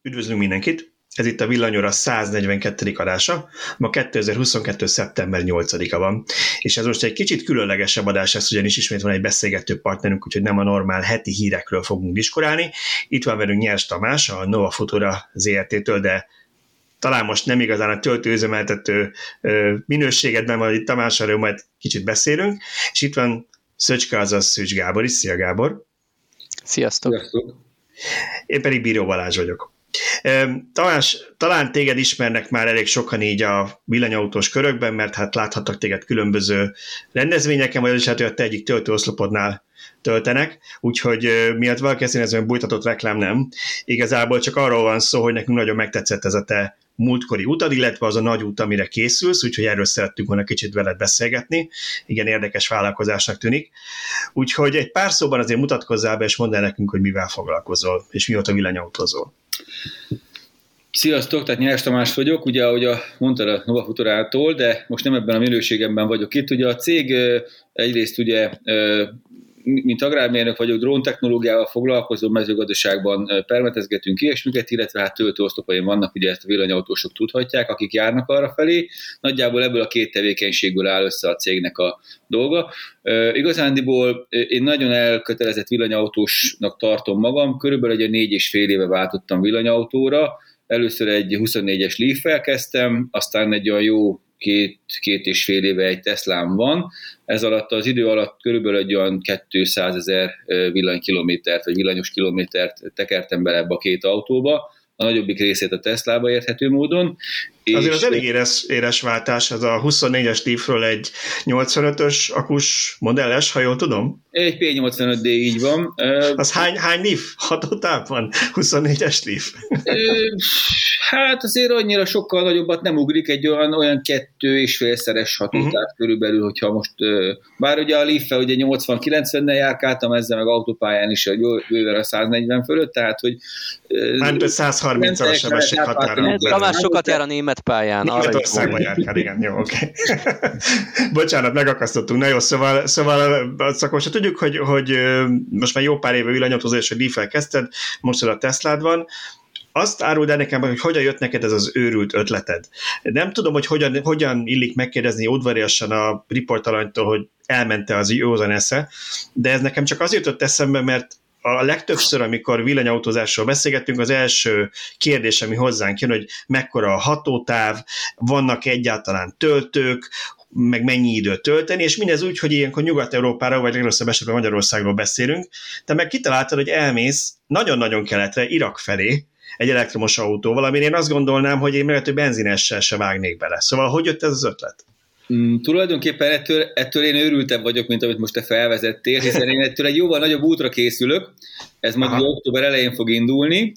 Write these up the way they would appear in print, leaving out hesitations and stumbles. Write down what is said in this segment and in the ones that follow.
Üdvözlünk mindenkit! Ez itt a Villanyóra 142. adása, ma 2022. szeptember 8-a van, és ez most egy kicsit különlegesebb adás lesz, ugyanis ismét van egy beszélgető partnerünk, úgyhogy nem a normál heti hírekről fogunk diskurálni. Itt van velünk Nyers Tamás, a Nova Futura ZRT-től, de talán most nem igazán a töltőüzemeltető minőségedben van itt Tamás, arról majd kicsit beszélünk, és itt van Szöcske, azaz Szűcs Gábor is. Szia Gábor! Sziasztok! Sziasztok. Én pedig Bíró Balázs vagyok. Tamás, talán téged ismernek már elég sokan így a villanyautós körökben, mert hát láthattak téged különböző rendezvényeken, vagy hát, hogy a te egyik töltőoszlopodnál töltenek, úgyhogy miatt valaki ezt érezően bújtatott reklám nem. Igazából csak arról van szó, hogy nekünk nagyon megtetszett ez a te múltkori utad, illetve az a nagy út, amire készülsz, úgyhogy erről szerettünk volna kicsit veled beszélgetni. Igen, érdekes vállalkozásnak tűnik. Úgyhogy egy pár szóban azért mutatkozzál be, és mondd el nekünk, hogy mivel foglalkozol, és mióta villanyautózol. Sziasztok, tehát Nyers Tamás vagyok, ugye ahogy mondtad a Nova Futurától, de most nem ebben a minőségemben vagyok itt. Ugye a cég egyrészt ugye mint agrármérnök vagyok, dróntechnológiával foglalkozom, mezőgazdaságban permetezgetünk ilyesmiket, illetve hát töltőoszlopaim vannak, ugye ezt a villanyautósok tudhatják, akik járnak arra felé. Nagyjából ebből a két tevékenységből áll össze a cégnek a dolga. Igazándiból én nagyon elkötelezett villanyautósnak tartom magam, körülbelül egy 4,5 éve váltottam villanyautóra. Először egy 24-es Leaf-fel kezdtem, aztán egy olyan jó két és fél éve egy Teslám van. Ez alatt az idő alatt körülbelül egy olyan 200 000 villanykilométert, vagy villanyos kilométert tekertem bele ebbe a két autóba. A nagyobbik részét a Teslába érthető módon. Azért az elég éres váltás, ez a 24-es Leafről egy 85-ös akus modelles, ha jól tudom? Egy P85D, így van. Az hány Leaf hatótáv van? 24-es Leaf? Hát azért annyira sokkal nagyobbat nem ugrik, egy olyan 2,5-szeres hatótáv körülbelül, hogyha most, bár ugye a Leaf-fel ugye 80-90-nel járkáltam, ezzel meg autópályán is bőven a 140 fölött, tehát hogy... Mármint 130-as a sebességhatáron. Tamás sokat jár a német pályán. Németországban járkál, igen, jó, oké. Bocsánat, megakasztottunk. Na jó, szóval akkor se tudjuk, hogy most már jó pár éve villanyautózás, hogy Leaf-el kezdted, most a Teslád van. Azt áruld el nekem, hogy hogyan jött neked ez az őrült ötleted. Nem tudom, hogy hogyan illik megkérdezni udvariasan a riportalanytól, hogy elmente az józan esze, de ez nekem csak azért jutott eszembe, mert a legtöbbször, amikor villanyautózásról beszélgettünk, az első kérdés, ami hozzánk jön, hogy mekkora a hatótáv, vannak egyáltalán töltők, meg mennyi időt tölteni, és mindez úgy, hogy ilyenkor Nyugat-Európára, vagy legrosszabb esetben Magyarországról beszélünk, te meg kitaláltad, hogy elmész nagyon-nagyon keletre, Irak felé, egy elektromos autóval, amin én azt gondolnám, hogy én meg a benzinessel se vágnék bele. Szóval hogy jött ez az ötlet? Tulajdonképpen ettől én őrültebb vagyok, mint amit most te felvezettél, hiszen én ettől egy jóval nagyobb útra készülök, ez majd október elején fog indulni,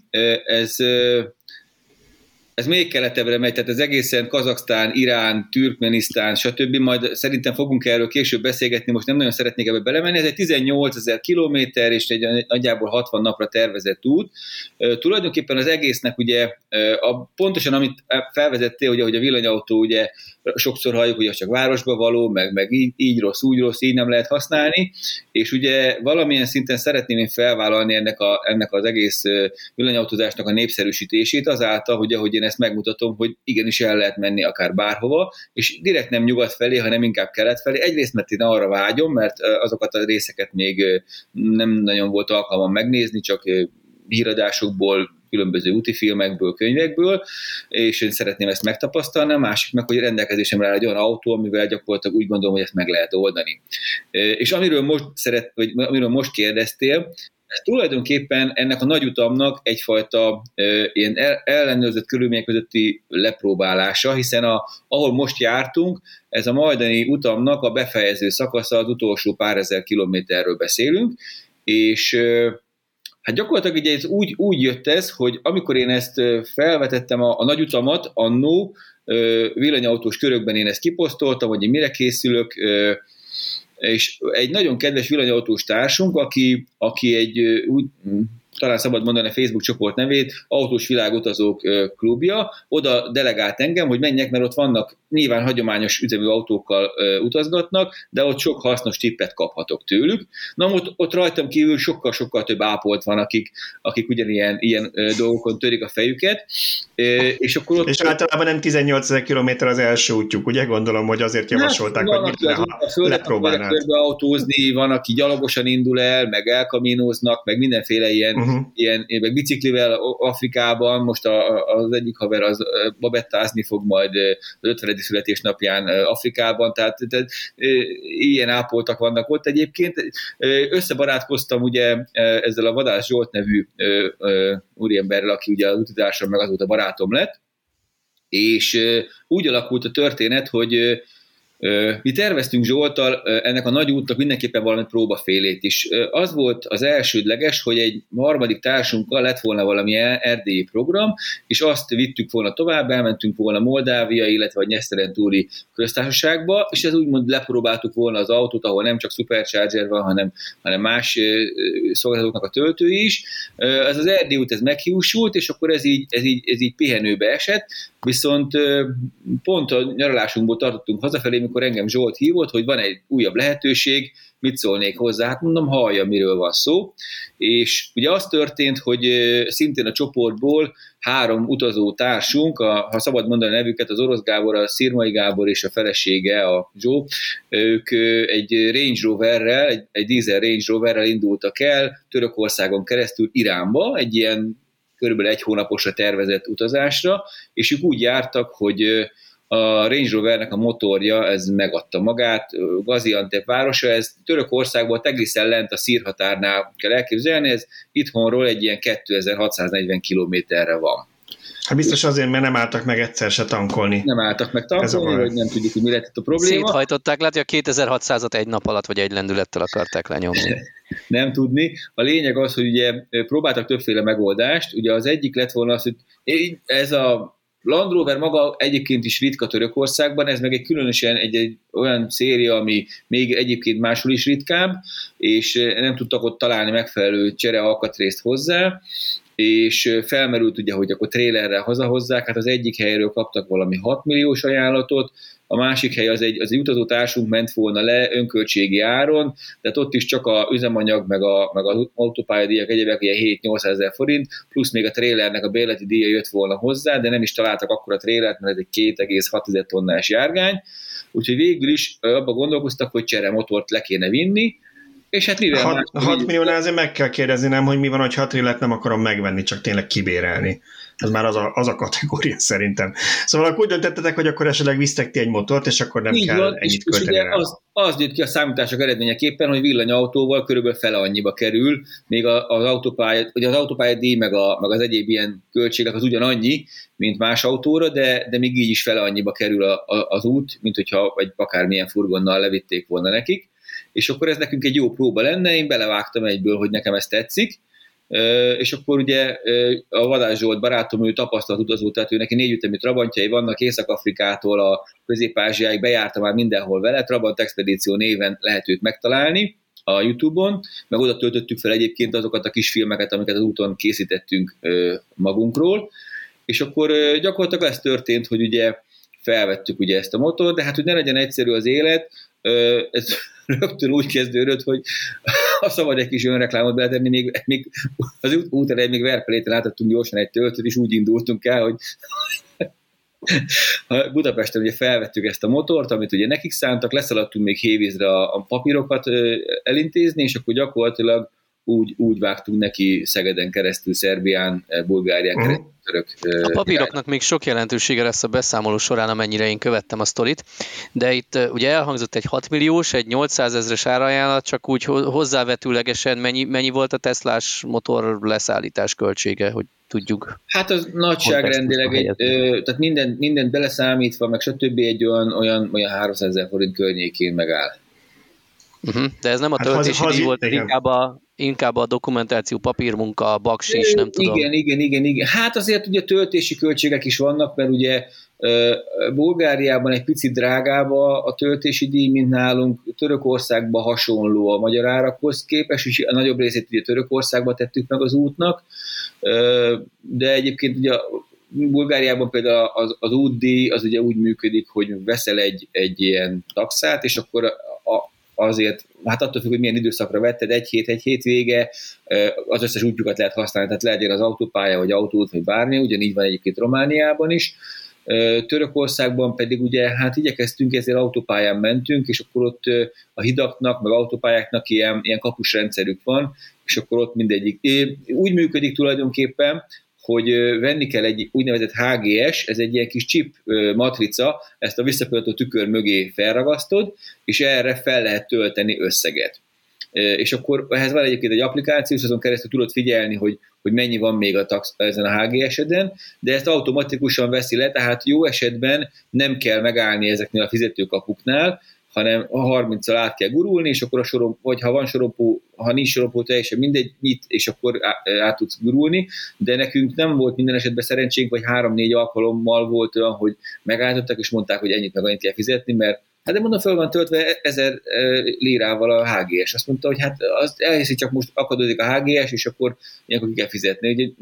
ez még keletebbre megy, tehát ez egészen Kazaksztán, Irán, Türkmenisztán, stb. Majd szerintem fogunk erről később beszélgetni, most nem nagyon szeretnék ebbe belemenni, ez egy 18 000 kilométer és egy nagyjából 60 napra tervezett út. Tulajdonképpen az egésznek ugye, pontosan amit felvezettél, ugye, hogy a villanyautó ugye sokszor halljuk, hogy az csak városba való, meg így rossz, úgy rossz, így nem lehet használni, és ugye valamilyen szinten szeretném én felvállalni ennek az egész villanyautózásnak a népszerűsítését azáltal, hogy én ezt megmutatom, hogy igenis el lehet menni akár bárhova, és direkt nem nyugat felé, hanem inkább kelet felé. Egyrészt, mert én arra vágyom, mert azokat a részeket még nem nagyon volt alkalmam megnézni, csak híradásokból, különböző úti filmekből, könyvekből, és én szeretném ezt megtapasztalni, a másik meg, hogy rendelkezésemre áll egy olyan autó, amivel gyakorlatilag úgy gondolom, hogy ezt meg lehet oldani. És amiről most kérdeztél, ez tulajdonképpen ennek a nagyutamnak egyfajta ilyen ellenőrzött körülmények közötti lepróbálása, hiszen ahol most jártunk, ez a majdani utamnak a befejező szakasza, az utolsó pár ezer kilométerről beszélünk, és hát gyakorlatilag ugye ez úgy jött ez, hogy amikor én ezt felvetettem a nagyutamat, annó villanyautós körökben én ezt kiposztoltam, hogy én mire készülök, és egy nagyon kedves villanyautós társunk, aki egy talán szabad mondani a Facebook csoport nevét, Autós Világutazók klubja, oda delegált engem, hogy menjek, mert ott vannak, nyilván hagyományos üzemű autókkal utazgatnak, de ott sok hasznos tippet kaphatok tőlük. Na, ott rajtam kívül sokkal-sokkal több ápolt van, akik ugyanilyen dolgokon törik a fejüket. És akkor ott... És általában nem 18 000 kilométer az első útjuk, ugye? Gondolom, hogy azért javasolták, hogy mit lenne, ha lepróbálnál. Körbeautózni, van, aki gyalogosan indul el, meg elkaminóznak, meg mindenféle ilyen meg biciklivel Afrikában, most az egyik haver az babettázni fog majd az 50. születésnapján Afrikában, tehát ilyen ápoltak vannak ott egyébként. Összebarátkoztam ugye ezzel a Vadász Zsolt nevű úriemberrel, aki ugye az utazáson meg azóta barátom lett, és úgy alakult a történet, hogy mi terveztünk Zsolttal ennek a nagy útnak mindenképpen valami próbafélét is. Az volt az elsődleges, hogy egy harmadik társunkkal lett volna valami erdélyi program, és azt vittük volna tovább, elmentünk volna Moldávia, illetve a Nyeszteren-túri köztársaságba, és ez úgymond lepróbáltuk volna az autót, ahol nem csak Supercharger van, hanem más szolgáltatóknak a töltői is. Ez az erdélyi út ez meghiúsult, és akkor ez így pihenőbe esett, viszont pont a nyaralásunkból tartottunk hazafelé, mikor engem Zsolt hívott, hogy van egy újabb lehetőség, mit szólnék hozzá, hát mondom, hallja, miről van szó, és ugye az történt, hogy szintén a csoportból 3 utazó társunk, ha szabad mondani a nevüket, az Orosz Gábor, a Szirmai Gábor és a felesége, a Zsó, ők egy Range Roverrel, egy dízel Range Roverrel indultak el Törökországon keresztül Iránba, egy ilyen körülbelül 1 hónaposra tervezett utazásra, és ők úgy jártak, hogy a Range Rovernek a motorja, ez megadta magát, Gaziantep városa, ez Törökországból Tegliszen lent a szírhatárnál kell elképzelni, ez itthonról egy ilyen 2640 kilométerre van. Hát biztos azért, mert nem álltak meg egyszer se tankolni. Nem álltak meg tankolni, vagy nem tudjuk, hogy mi lett a probléma. Széthajtották, látja, a 2600-at egy nap alatt, vagy egy lendülettel akarták lenyomni. Nem tudni. A lényeg az, hogy ugye próbáltak többféle megoldást. Ugye az egyik lett volna az, hogy ez a Land Rover maga egyébként is ritka Törökországban, ez meg egy különösen egy olyan széria, ami még egyébként máshol is ritkább, és nem tudtak ott találni megfelelő csere alkatrészt hozzá, és felmerült ugye, hogy akkor trélerrel hazahozzák, hát az egyik helyről kaptak valami 6 milliós ajánlatot, a másik hely az egy utazótársunk ment volna le önköltségi áron, tehát ott is csak a üzemanyag, meg az autópályadíjak egyébek ilyen 7-800 ezer forint, plusz még a trélernek a bérleti díja jött volna hozzá, de nem is találtak akkor a trélert, mert ez egy 2,6 tonnás járgány, úgyhogy végül is abba gondolkoztak, hogy cseremotort le kéne vinni, és hát mivel 6 milliónál azért meg kell kérdezni, nem, hogy mi van, hogy 6 trélet nem akarom megvenni, csak tényleg kibérelni. Ez már az a kategória szerintem. Szóval akkor úgy döntettetek, hogy akkor esetleg visztek ti egy motort, és akkor nem így kell van, ennyit költeni rá. Az jött ki a számítások eredményeképpen, hogy villanyautóval körülbelül fele annyiba kerül, még az autópálya díj, meg az egyéb ilyen költségek az ugyanannyi, mint más autóra, de még így is fele annyiba kerül az út, mint hogyha egy akármilyen furgonnal levitték volna nekik. És akkor ez nekünk egy jó próba lenne, én belevágtam egyből, hogy nekem ez tetszik, és akkor ugye a Vadász Zsolt barátom, ő tapasztalt utazó, tehát ő neki 4 ütemi trabantjai vannak, Észak-Afrikától a Közép-Ázsiáig, bejárta már mindenhol vele, Trabant Expedíció néven lehet őt megtalálni a YouTube-on, meg oda töltöttük fel egyébként azokat a kis filmeket, amiket az úton készítettünk magunkról, és akkor gyakorlatilag ez történt, hogy ugye felvettük ugye ezt a motort, de hát hogy ne legyen egyszerű az élet, ez rögtön úgy kezdődött, hogy ha szabad egy kis önreklámot beletenni, még az út elején még Verpeléten átadtunk gyorsan egy töltőt, és úgy indultunk el, hogy Budapesten ugye felvettük ezt a motort, amit ugye nekik szántak, leszaladtunk még Hévízre a papírokat elintézni, és akkor gyakorlatilag úgy vágtunk neki Szegeden keresztül, Szerbián, Bulgárián keresztül. A papíroknak még sok jelentősége lesz a beszámoló során, amennyire én követtem a sztorit, de itt ugye elhangzott egy 6 milliós, egy 800 ezres árajánlat, csak úgy hozzávetőlegesen mennyi volt a Teslás motor leszállítás költsége, hogy tudjuk. Hát az nagyságrendileg, tehát mindent beleszámítva, meg stb. Egy olyan 300 000 forint környékén megáll. De ez nem a töltési díj volt, inkább a dokumentáció, papírmunka, baksis, nem tudom. Igen. Hát azért ugye töltési költségek is vannak, mert ugye Bulgáriában egy picit drágább a töltési díj, mint nálunk, Törökországban hasonló a magyar árakhoz képest, és a nagyobb részét ugye Törökországban tettük meg az útnak, de egyébként ugye Bulgáriában például az útdíj az ugye úgy működik, hogy veszel egy ilyen taxát, és akkor azért, hát attól függ, hogy milyen időszakra vetted, egy hétvége, az összes útjukat lehet használni, tehát legyen az autópálya, vagy autóút, vagy bármi, ugyanígy van egyébként Romániában is. Törökországban pedig ugye, hát igyekeztünk, ezért autópályán mentünk, és akkor ott a hidaknak, meg autópályáknak ilyen kapusrendszerük van, és akkor ott mindegyik. Úgy működik tulajdonképpen, hogy venni kell egy úgynevezett HGS, ez egy ilyen kis chip matrica, ezt a visszapillantó tükör mögé felragasztod, és erre fel lehet tölteni összeget. És akkor ehhez van egyébként egy applikáció, és azon keresztül tudod figyelni, hogy mennyi van még ezen a HGS-eden, de ezt automatikusan veszi le, tehát jó esetben nem kell megállni ezeknél a fizetőkapuknál, hanem a 30-al át kell gurulni, és akkor vagy ha van sorompó, ha nincs sorompó, teljesen mindegy, nyit, és akkor át tudsz gurulni, de nekünk nem volt minden esetben szerencsénk, vagy 3-4 alkalommal volt olyan, hogy megállítottak, és mondták, hogy ennyit meg annyit kell fizetni, mert hát de mondom, fel van töltve 1000 lirával a HGS. Azt mondta, hogy hát az elhiszi, csak most akadódik a HGS, és akkor ilyenkor ki kell fizetni. Ugye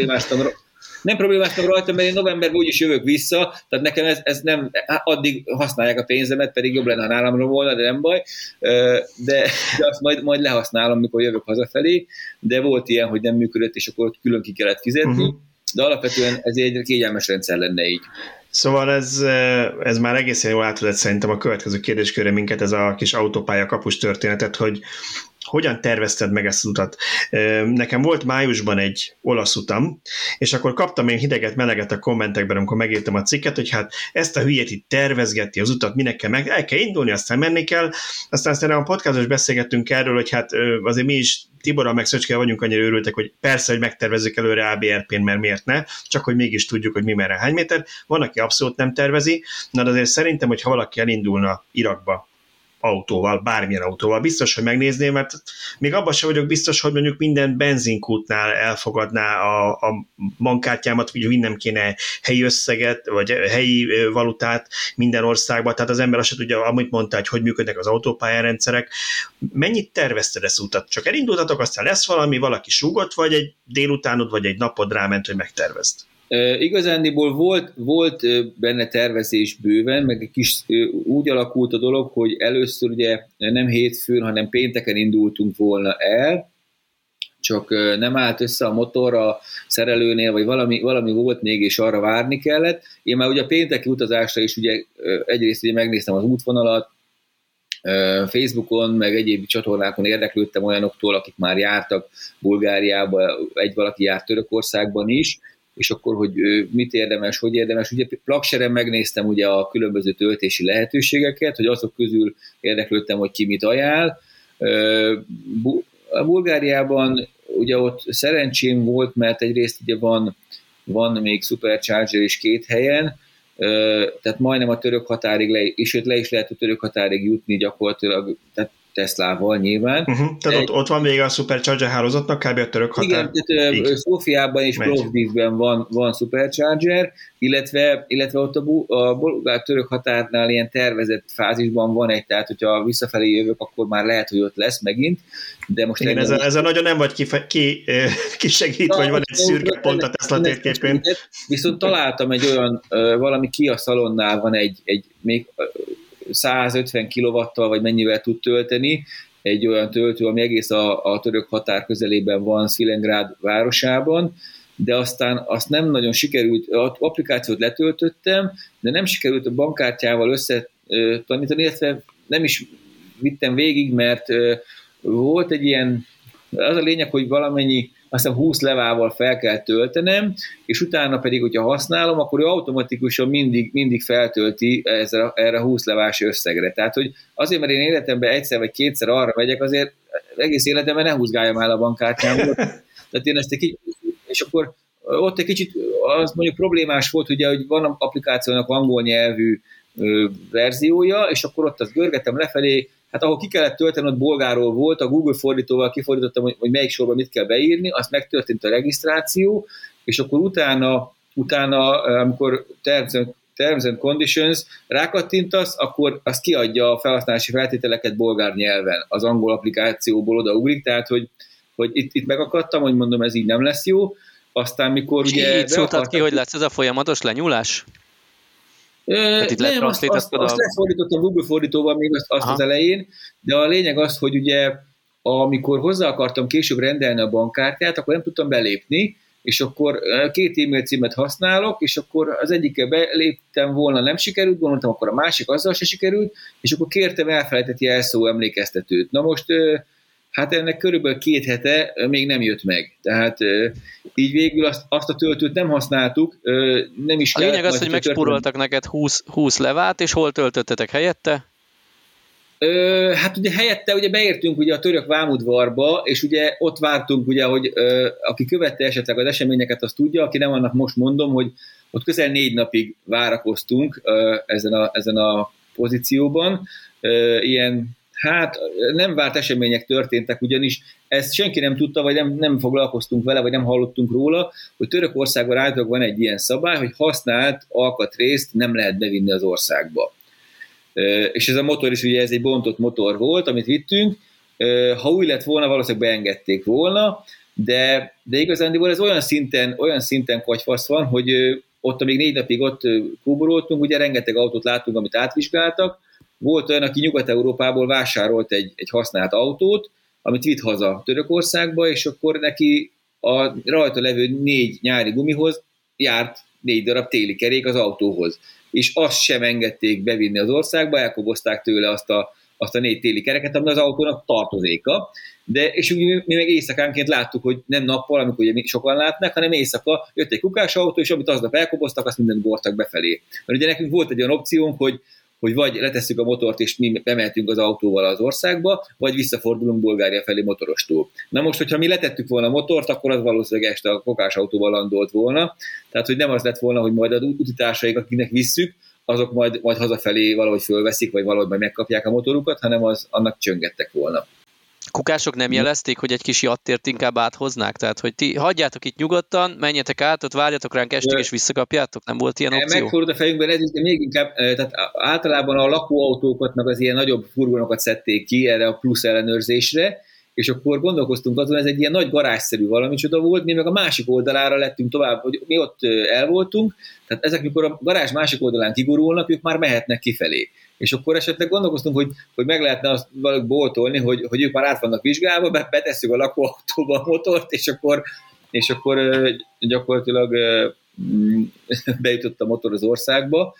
nem problémáztam rajta, mert én novemberben úgyis jövök vissza, tehát nekem ez nem, addig használják a pénzemet, pedig jobb lenne, ha nálamra volna, de nem baj, de azt majd lehasználom, mikor jövök hazafelé, de volt ilyen, hogy nem működött, és akkor külön ki kellett fizetni, de alapvetően ez egy kényelmes rendszer lenne így. Szóval ez már egészen jól átvezet szerintem a következő kérdéskörre minket, ez a kis autópálya kapus történetet, hogy hogyan tervezted meg ezt az utat? Nekem volt májusban egy olasz utam, és akkor kaptam én hideget, meleget a kommentekben, amikor megírtam a cikket, hogy hát ezt a hülyét itt tervezgeti az utat, minek kell meg, el kell indulni, aztán menni kell. Aztán szerintem a podcaston is beszélgettünk erről, hogy hát azért mi is Tiborral meg Szöcskével vagyunk annyira őrültek, hogy persze, hogy megtervezzük előre ABRP-n, mert miért ne, csak hogy mégis tudjuk, hogy mi merre hány méter. Van, aki abszolút nem tervezi, de azért szerintem, hogy ha valaki elindulna Irakba autóval, bármilyen autóval, biztos, hogy megnézném, mert még abban sem vagyok biztos, hogy mondjuk minden benzinkútnál elfogadná a bankkártyámat, hogy nem kéne helyi összeget, vagy helyi valutát minden országban, tehát az ember azt se tudja, amit mondta, hogy működnek az autópályárendszerek. Mennyit tervezted ezt utat? Csak elindultatok, aztán lesz valaki súgott, vagy egy délutánod, vagy egy napod ráment, hogy megtervezd? Igazándiból volt benne tervezés bőven, meg egy kis úgy alakult a dolog, hogy először ugye nem hétfőn, hanem pénteken indultunk volna el, csak nem állt össze a motor a szerelőnél, vagy valami volt még, és arra várni kellett. Én már ugye a pénteki utazásra is ugye egyrészt ugye megnéztem az útvonalat, Facebookon, meg egyéb csatornákon érdeklődtem olyanoktól, akik már jártak Bulgáriába, valaki járt Törökországban is, és akkor, hogy mit érdemes, hogy érdemes. Ugye Plakseren megnéztem ugye a különböző töltési lehetőségeket, hogy azok közül érdeklődtem, hogy ki mit ajánl. A Bulgáriában ugye ott szerencsém volt, mert egyrészt ugye van még Supercharger is 2 helyen, tehát majdnem a török határig és le is lehet a török határig jutni gyakorlatilag, tehát Teslával nyilván. Tehát ott van még a Supercharger hálózatnak, kb. A török határ. Igen, tehát Szófiában és Plovdivben van Supercharger, illetve ott a bolgár-török határnál ilyen tervezett fázisban van egy, tehát hogyha visszafelé jövök, akkor már lehet, hogy ott lesz megint. De most igen, ezzel nagyon nem vagy kisegít, vagy van egy szürke pont a Tesla térképén. Viszont találtam egy olyan, valami Kia Salonnál van egy még 150 kW-tal, vagy mennyivel tud tölteni, egy olyan töltő, ami egész a török határ közelében van, Svilengrád városában, de aztán azt nem nagyon sikerült, az applikációt letöltöttem, de nem sikerült a bankkártyával összetanítani, illetve nem is vittem végig, mert volt egy ilyen, az a lényeg, hogy valamennyi, aztán 20 levával fel kell töltenem, és utána pedig, hogyha használom, akkor ő automatikusan mindig feltölti erre 20 levás összegre. Tehát, hogy azért, mert én életemben egyszer vagy kétszer arra megyek, azért egész életemben ne húzgáljam el a bankkártyámot. Tehát én ezt és akkor ott egy kicsit az mondjuk problémás volt, ugye, hogy van applikációnak angol nyelvű verziója, és akkor ott azt görgetem lefelé, hát ahol ki kellett tölteni, ott bolgárról volt, a Google fordítóval kifordítottam, hogy melyik sorban mit kell beírni, azt megtörtént a regisztráció, és akkor utána amikor Terms and Conditions rákattintasz, akkor az kiadja a felhasználási feltételeket bolgár nyelven, az angol applikációból odaugrik, tehát hogy itt megakadtam, hogy mondom, ez így nem lesz jó. Aztán mikor ugye... Így szóltad ki, hogy lesz ez a folyamatos lenyúlás? Nem, azt lefordítottam Google fordítóval még azt az elején, de a lényeg az, hogy ugye amikor hozzá akartam később rendelni a bankkártyát, akkor nem tudtam belépni, és akkor 2 e-mail címet használok, és akkor az egyikkel beléptem volna, nem sikerült, gondoltam, akkor a másik azzal se sikerült, és akkor kértem elfelejtett jelszó emlékeztetőt. Na most, hát ennek körülbelül 2 hete még nem jött meg. Tehát így végül azt a töltőt nem használtuk, nem is a lényeg az, hogy megspóroltak neked 20 levát, és hol töltöttetek helyette? Hát ugye helyette ugye beértünk ugye a török vámudvarba, és ugye ott vártunk, ugye, hogy aki követte esetleg az eseményeket, azt tudja, aki nem, annak most mondom, hogy ott közel 4 napig várakoztunk ezen a pozícióban. Ilyen, hát nem várt események történtek, ugyanis ezt senki nem tudta, vagy nem foglalkoztunk vele, vagy nem hallottunk róla, hogy Törökországban általában van egy ilyen szabály, hogy használt alkatrészt nem lehet bevinni az országba. És ez a motor is, ugye ez egy bontott motor volt, amit vittünk, ha új lett volna, valószínűleg beengedték volna, de igazándiból ez olyan szinten katyfasz van, hogy ott még 4 napig ott kóboroltunk, ugye rengeteg autót láttunk, amit átvizsgáltak, volt olyan, aki Nyugat-Európából vásárolt egy használt autót, amit vitt haza Törökországba, és akkor neki a rajta levő 4 nyári gumihoz járt 4 darab téli kerék az autóhoz. És azt sem engedték bevinni az országba, elkobozták tőle azt a 4 téli kereket, ami az autónak tartozéka. És mi meg éjszakánként láttuk, hogy nem nappal, amikor ugye sokan látnak, hanem éjszaka jött egy kukás autó, és amit aznap elkoboztak, azt mindent bortak befelé. Mert ugye nekünk volt egy olyan opciónk, hogy vagy letesszük a motort, és mi bemehetünk az autóval az országba, vagy visszafordulunk Bulgária felé motorostól. Na most, hogyha mi letettük volna a motort, akkor az valószínűleg este a kokás autóval landolt volna. Tehát, hogy nem az lett volna, hogy majd az utitársaik, akiknek visszük, azok majd hazafelé valahogy fölveszik, vagy valahogy majd megkapják a motorukat, hanem annak csöngettek volna. Kukások nem jelezték, hogy egy kis jattért inkább áthoznák? Tehát, hogy ti hagyjátok itt nyugodtan, menjetek át, ott várjatok ránk estig, és visszakapjátok? Nem volt ilyen opció? Megfordult a fejünkben ez is, de még inkább, tehát általában a lakóautókat, meg az ilyen nagyobb furgonokat szedték ki erre a plusz ellenőrzésre, és akkor gondolkoztunk azon, ez egy ilyen nagy garázsszerű valamicsoda volt, mi meg a másik oldalára lettünk tovább, hogy mi ott el voltunk, tehát ezek, mikor a garázs másik oldalán kigurulnak, ők már mehetnek kifelé. És akkor esetleg gondolkoztunk, hogy meg lehetne azt valahogy boltolni, hogy ők már át vannak vizsgálva, betesszük a lakóautóba a motort, és akkor gyakorlatilag bejutott a motor az országba,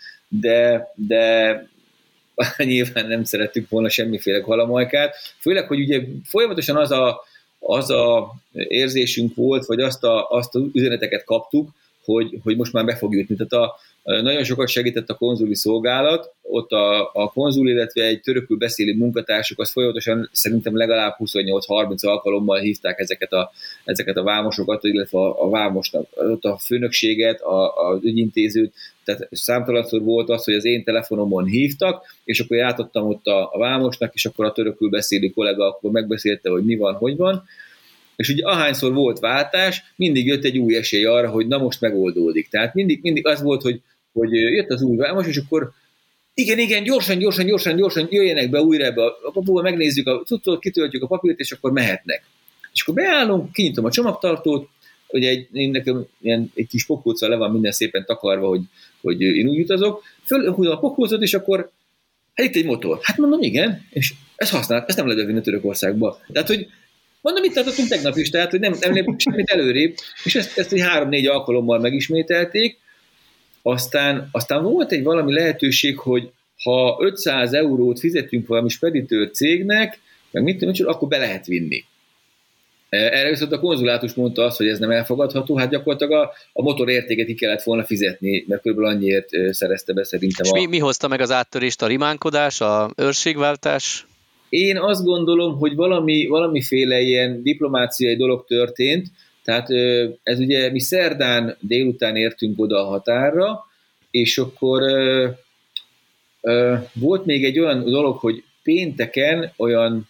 de nyilván nem szerettük volna semmiféle halamajkát. Főleg, hogy ugye folyamatosan az a érzésünk volt, vagy azt az üzeneteket kaptuk, hogy most már be fog jutni. Tehát nagyon sokat segített a konzuli szolgálat, ott a konzul, illetve egy törökül beszélő munkatársuk, az folyamatosan szerintem legalább 28-30 alkalommal hívták ezeket a vámosokat, illetve a vámosnak, ott a főnökséget, az ügyintézőt, tehát számtalanszor volt az, hogy az én telefonomon hívtak, és akkor átadtam ott a vámosnak, és akkor a törökül beszélő kollega akkor megbeszélte, hogy mi van, hogy van. És ugye ahányszor volt váltás, mindig jött egy új esély arra, hogy na most megoldódik. Tehát mindig az volt, hogy jött az új vámos, és akkor igen, gyorsan jöjjenek be újra ebbe a papuba, megnézzük a cuccot, kitöltjük a papírt, és akkor mehetnek. És akkor beállunk, kinyitom a csomagtartót, ugye nekem egy kis pokóccal le van minden szépen takarva, hogy én úgy utazok, fölhúzom a pokócot, és akkor hát itt egy motor. Hát mondom, igen, és ezt nem lehet bevinni Törökországba. Tehát, hogy mondom, itt tartottunk tegnap is, tehát, hogy nem lépünk semmit előrébb, és ezt egy 3-4 alkalommal megismételték. Aztán volt egy valami lehetőség, hogy ha 500 eurót fizetünk valami speditőr cégnek, meg mit tudom, akkor be lehet vinni. Erre viszont a konzulátus mondta azt, hogy ez nem elfogadható, hát gyakorlatilag a motor értéket ki kellett volna fizetni, mert kb. Annyiért szerezte be szerintem. És mi hozta meg az áttörést, a rimánkodás, a őrségváltás? Én azt gondolom, hogy valamiféle ilyen diplomáciai dolog történt, tehát ez ugye mi szerdán délután értünk oda a határra, és akkor volt még egy olyan dolog, hogy pénteken olyan,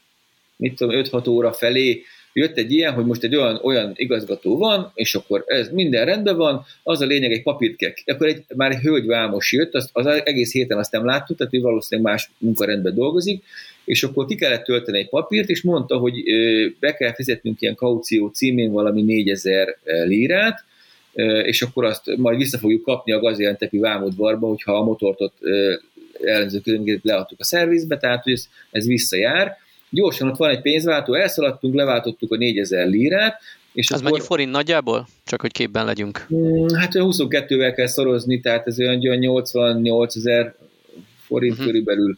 5-6 óra felé jött egy ilyen, hogy most egy olyan igazgató van, és akkor ez minden rendben van, az a lényeg, egy papírt kell. Akkor már egy hölgy vámos jött, az egész héten azt nem láttuk, tehát ő valószínűleg más munkarendben dolgozik, és akkor ki kellett tölteni egy papírt, és mondta, hogy be kell fizetnünk ilyen kaució címén valami 4000 lírát, és akkor azt majd vissza fogjuk kapni a Gaziantepi vámudvarba, hogyha a motort ott ellenző körülményeket leadtuk a szervizbe, tehát hogy ez visszajár. Gyorsan ott van egy pénzváltó, elszaladtunk, leváltottuk a 4000 lírát. És az mennyi forint nagyjából? Csak hogy képben legyünk. Hát 22-vel kell szorozni, tehát ez olyan 88 000 forint körülbelül.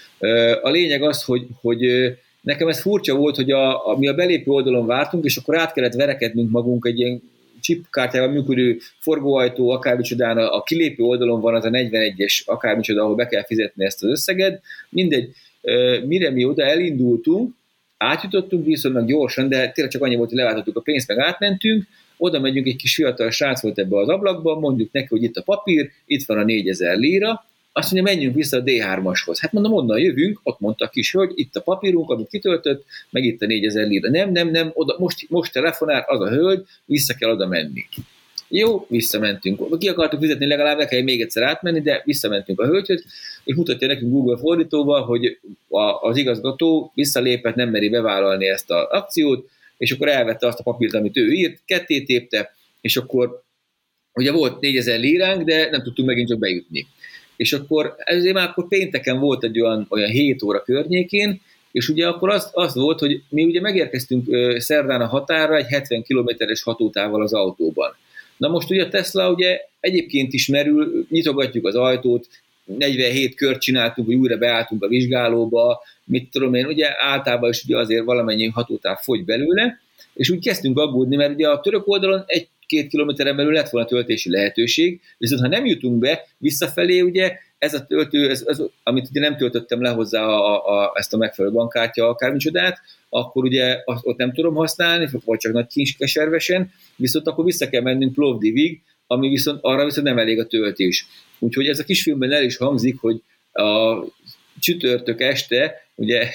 A lényeg az, hogy nekem ez furcsa volt, hogy mi a belépő oldalon vártunk, és akkor át kellett verekednünk magunk egy ilyen chipkártyával működő forgóajtó, akármicsodán, a kilépő oldalon van az a 41-es akármicsoda, ahol be kell fizetni ezt az összeget. Mindegy, mire mi oda elindultunk, átjutottunk viszonylag gyorsan, de tényleg csak annyi volt, hogy leváltottuk a pénzt, meg átmentünk, oda megyünk, egy kis fiatal srác volt ebbe az ablakba, mondjuk neki, hogy itt a papír, itt van a 4000 lira, azt mondja, menjünk vissza a D3-ashoz. Hát mondom, onnan jövünk, ott mondta a kis hölgy, itt a papírunk, amit kitöltött, meg itt a 4000 lira. Nem, oda, most telefonál az a hölgy, vissza kell oda menni. Jó, visszamentünk. Ki akartuk fizetni, legalább le kell még egyszer átmenni, de visszamentünk a hölgyhöz, és mutatja nekünk Google fordítóval, hogy az igazgató visszalépett, nem meri bevállalni ezt az akciót, és akkor elvette azt a papírt, amit ő írt, ketté tépte, és akkor ugye volt 4000 líránk, de nem tudtunk megint csak bejutni. És akkor ezért már akkor pénteken volt egy olyan 7 óra környékén, és ugye akkor az volt, hogy mi ugye megérkeztünk szerdán a határra egy 70 kilométeres hatótávval az autóban. Na most ugye a Tesla ugye egyébként is merül, nyitogatjuk az ajtót, 47 kört csináltunk, hogy újra beálltunk a vizsgálóba, mit tudom én, ugye általában is ugye azért valamennyi hatótáv fogy belőle, és úgy kezdtünk aggódni, mert ugye a török oldalon 1-2 kilométeren belül lett volna töltési lehetőség, viszont ha nem jutunk be, visszafelé ugye ez a töltő, amit ugye nem töltöttem le hozzá ezt a megfelelő bankkártya akármicsodát, akkor ugye ott nem tudom használni, vagy csak nagy kincskeservesen, viszont akkor vissza kell mennünk Plovdivig, ami arra viszont nem elég a töltés. Úgyhogy ez a kisfilmben el is hangzik, hogy a csütörtök este, ugye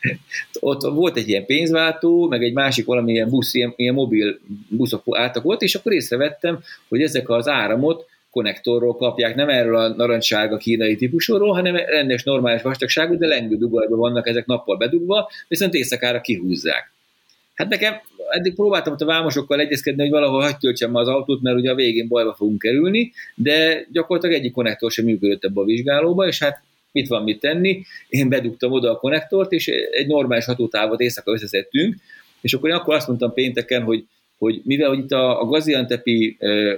ott volt egy ilyen pénzváltó, meg egy másik valamilyen busz, ilyen mobil buszok álltak ott, és akkor észrevettem, hogy ezek az áramot konnektorról kapják, nem erről a narancssárga kínai típusról, hanem rendes, normális vastagságú, de lengő dugajban vannak ezek nappal bedugva, viszont éjszakára kihúzzák. Hát nekem eddig próbáltam a vámosokkal egyezkedni, hogy valahol hagyj töltsem az autót, mert ugye a végén bajba fogunk kerülni, de gyakorlatilag egyik konnektor sem működött ebbe a vizsgálóba, és hát mit van mit tenni, én bedugtam oda a konnektort, és egy normális hatótávot éjszaka összeszedtünk, és akkor azt mondtam pénteken, hogy mivel hogy itt a Gaziantepi,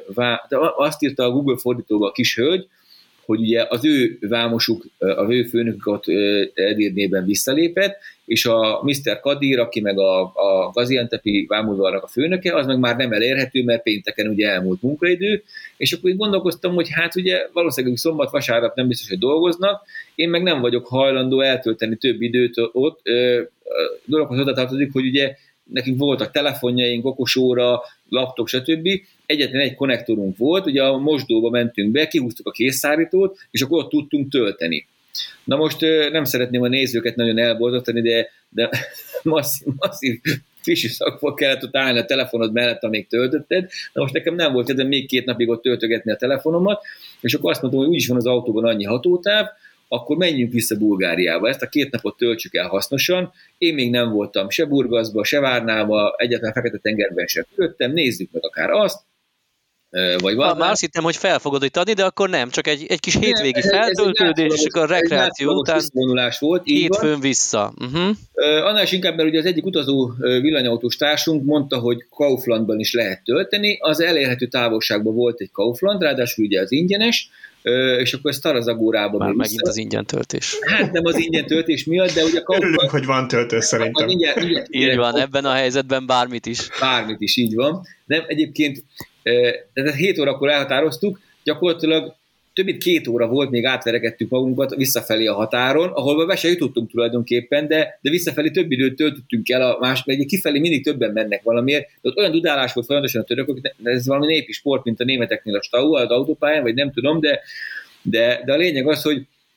azt írta a Google fordítóba a kis hölgy, hogy ugye az ő vámosuk, az ő főnökük ott Edirnében visszalépett, és a Mr. Kadir, aki meg a Gaziantepi vámudvarnak a főnöke, az meg már nem elérhető, mert pénteken ugye elmúlt munkaidő, és akkor így gondolkoztam, hogy hát ugye valószínűleg szombat, vasárnap nem biztos, hogy dolgoznak, én meg nem vagyok hajlandó eltölteni több időt ott. Dologhoz oda tartozik, hogy ugye nekünk voltak telefonjaink, okosóra, laptop, stb. Egyetlen egy konnektorunk volt, ugye a mosdóba mentünk be, kihúztuk a kézszárítót, és akkor ott tudtunk tölteni. Na most nem szeretném a nézőket nagyon elborzasztani, de masszív fisi szakból kellett ott állni a telefonod mellett, amíg töltötted. Na most nekem nem volt kedvem még 2 napig ott töltögetni a telefonomat, és akkor azt mondtam, hogy úgyis van az autóban annyi hatótáv, akkor menjünk vissza Bulgáriába. Ezt a 2 napot töltsük el hasznosan. Én még nem voltam se Burgaszba, se Várnába, egyáltalán Fekete-tengerben sem fölöttem, nézzük meg akár azt. Vagy már azt hittem, hogy fel fogod itt adni, de akkor nem, csak egy kis hétvégi feltöltődés, és akkor a rekreáció után volt, hétfőn vissza. Annál is inkább, mert ugye az egyik utazó villanyautós társunk mondta, hogy Kauflandban is lehet tölteni, az elérhető távolságban volt egy Kaufland, ráadásul ugye az ingyenes, és akkor Stara Zagorába már megint az ingyen töltés. Hát nem az ingyen töltés miatt, de ugye Kaufland... Örülünk, hogy van töltés szerintem. Így van, ebben a helyzetben bármit is. Bármit is, így van. Nem, egyébként tehát 7 órakor elhatároztuk, gyakorlatilag több mint 2 óra volt, még átverekedtük magunkat visszafelé a határon, ahol be se jutottunk tulajdonképpen, de visszafelé több időt töltöttünk el, mert kifelé mindig többen mennek valamiért, de ott olyan dudálás volt folyamatosan a törökök, ez valami népi sport, mint a németeknél a Stau, az autópályán, vagy nem tudom, de a lényeg az, hogy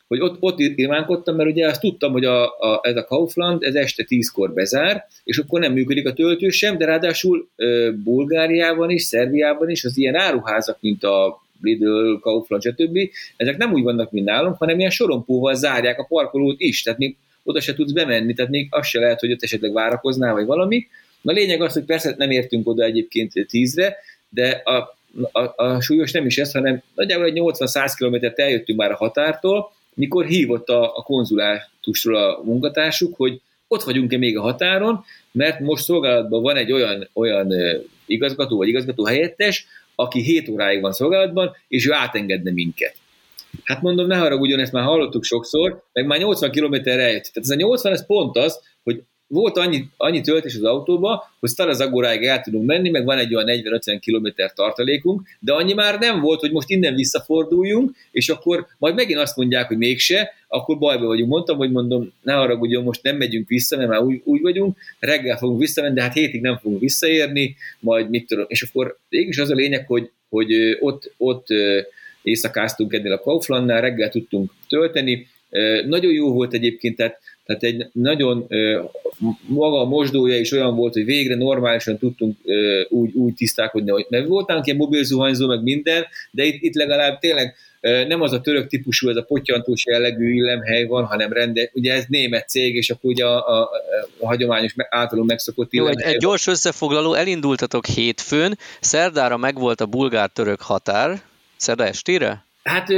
hogy ott irmánkodtam, mert ugye azt tudtam, hogy ez a Kaufland, ez este 10-kor bezár, és akkor nem működik a töltő sem, de ráadásul Bulgáriában is, Szerbiában is az ilyen áruházak, mint a Lidl, Kaufland, stb. Ezek nem úgy vannak, mint nálunk, hanem ilyen sorompóval zárják a parkolót is, tehát még oda se tudsz bemenni, tehát még az se lehet, hogy ott esetleg várakoznál, vagy valami. A lényeg az, hogy persze nem értünk oda egyébként 10-re, de a súlyos nem is ez, hanem nagyjából egy 80-100 kilométert eljöttünk már a határtól, mikor hívott a konzulátusról a munkatársuk, hogy ott vagyunk-e még a határon, mert most szolgálatban van egy olyan igazgató vagy igazgató helyettes, aki 7 óráig van szolgálatban, és ő átengedne minket. Hát mondom, ne haragudjon, ezt már hallottuk sokszor, meg már 80 kilométerre eljött. Tehát ez a 80, ez pont az, hogy volt annyi töltés az autóba, hogy Stara-Zagoráig el tudunk menni, meg van egy olyan 40-50 kilométer tartalékunk, de annyi már nem volt, hogy most innen visszaforduljunk, és akkor majd megint azt mondják, hogy mégse, akkor bajba vagyunk. Mondom, ne haragudjon, most nem megyünk vissza, mert már úgy vagyunk, reggel fogunk visszamenni, de hát hétig nem fogunk visszaérni, majd mit tudom. És akkor mégis az a lényeg, hogy ott éjszakáztunk ennél a Kauflandnál, reggel tudtunk tölteni. Nagyon jó volt egyébként, tehát egy nagyon maga a mosdója is olyan volt, hogy végre normálisan tudtunk úgy tisztálkodni, mert voltánk ilyen mobil zuhanyzó, meg minden, de itt legalább tényleg nem az a török típusú, ez a pottyantós jellegű illemhely van, hanem ugye ez német cég, és akkor ugye a hagyományos általunk megszokott illemhely. Jó, egy gyors összefoglaló, elindultatok hétfőn, szerdára megvolt a bulgár-török határ, szerda estére? Hát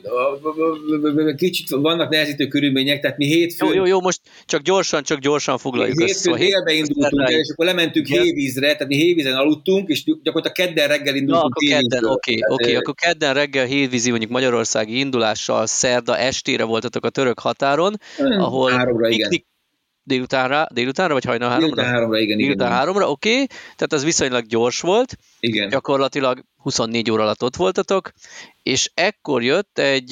kicsit vannak nehezítő körülmények, tehát mi hétfőn... Jó, most csak gyorsan foglaljuk össze. Hétfőn délbe indultunk el, és akkor lementünk Hévízre, tehát mi Hévízen aludtunk, és gyakorlatilag kedden reggel indultunk. Oké, akkor kedden reggel hévízi, mondjuk magyarországi indulással szerda estére voltatok a török határon, ahol 3-ra, igen. Délutánra, vagy hajnal 3-ra? Délután 3-ra, igen. Délután 3-ra, oké. Tehát az viszonylag gyors volt. Igen. Gyakorlatilag 24 óra alatt ott voltatok, és ekkor jött egy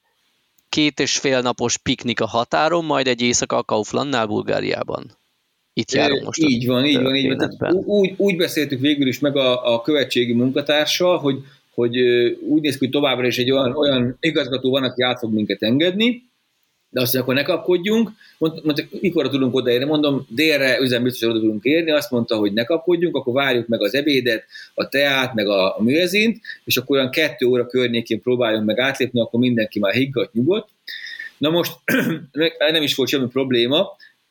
2,5 napos piknik a határon, majd egy éjszaka a Kauflandnál Bulgáriában. Itt járunk most. Így van. Tehát úgy beszéltük végül is meg a követségi munkatársal, hogy úgy néz ki, hogy továbbra is egy olyan igazgató van, aki át fog minket engedni, de azt mondja, akkor ne kapkodjunk. Mondta, mikorra tudunk odaérni? Mondom, délre üzembiztosan oda tudunk érni. Azt mondta, hogy ne kapkodjunk, akkor várjuk meg az ebédet, a teát, meg a műezint, és akkor olyan 2 óra környékén próbáljunk meg átlépni, akkor mindenki már higgadt, nyugodt. Na most nem is volt semmi probléma.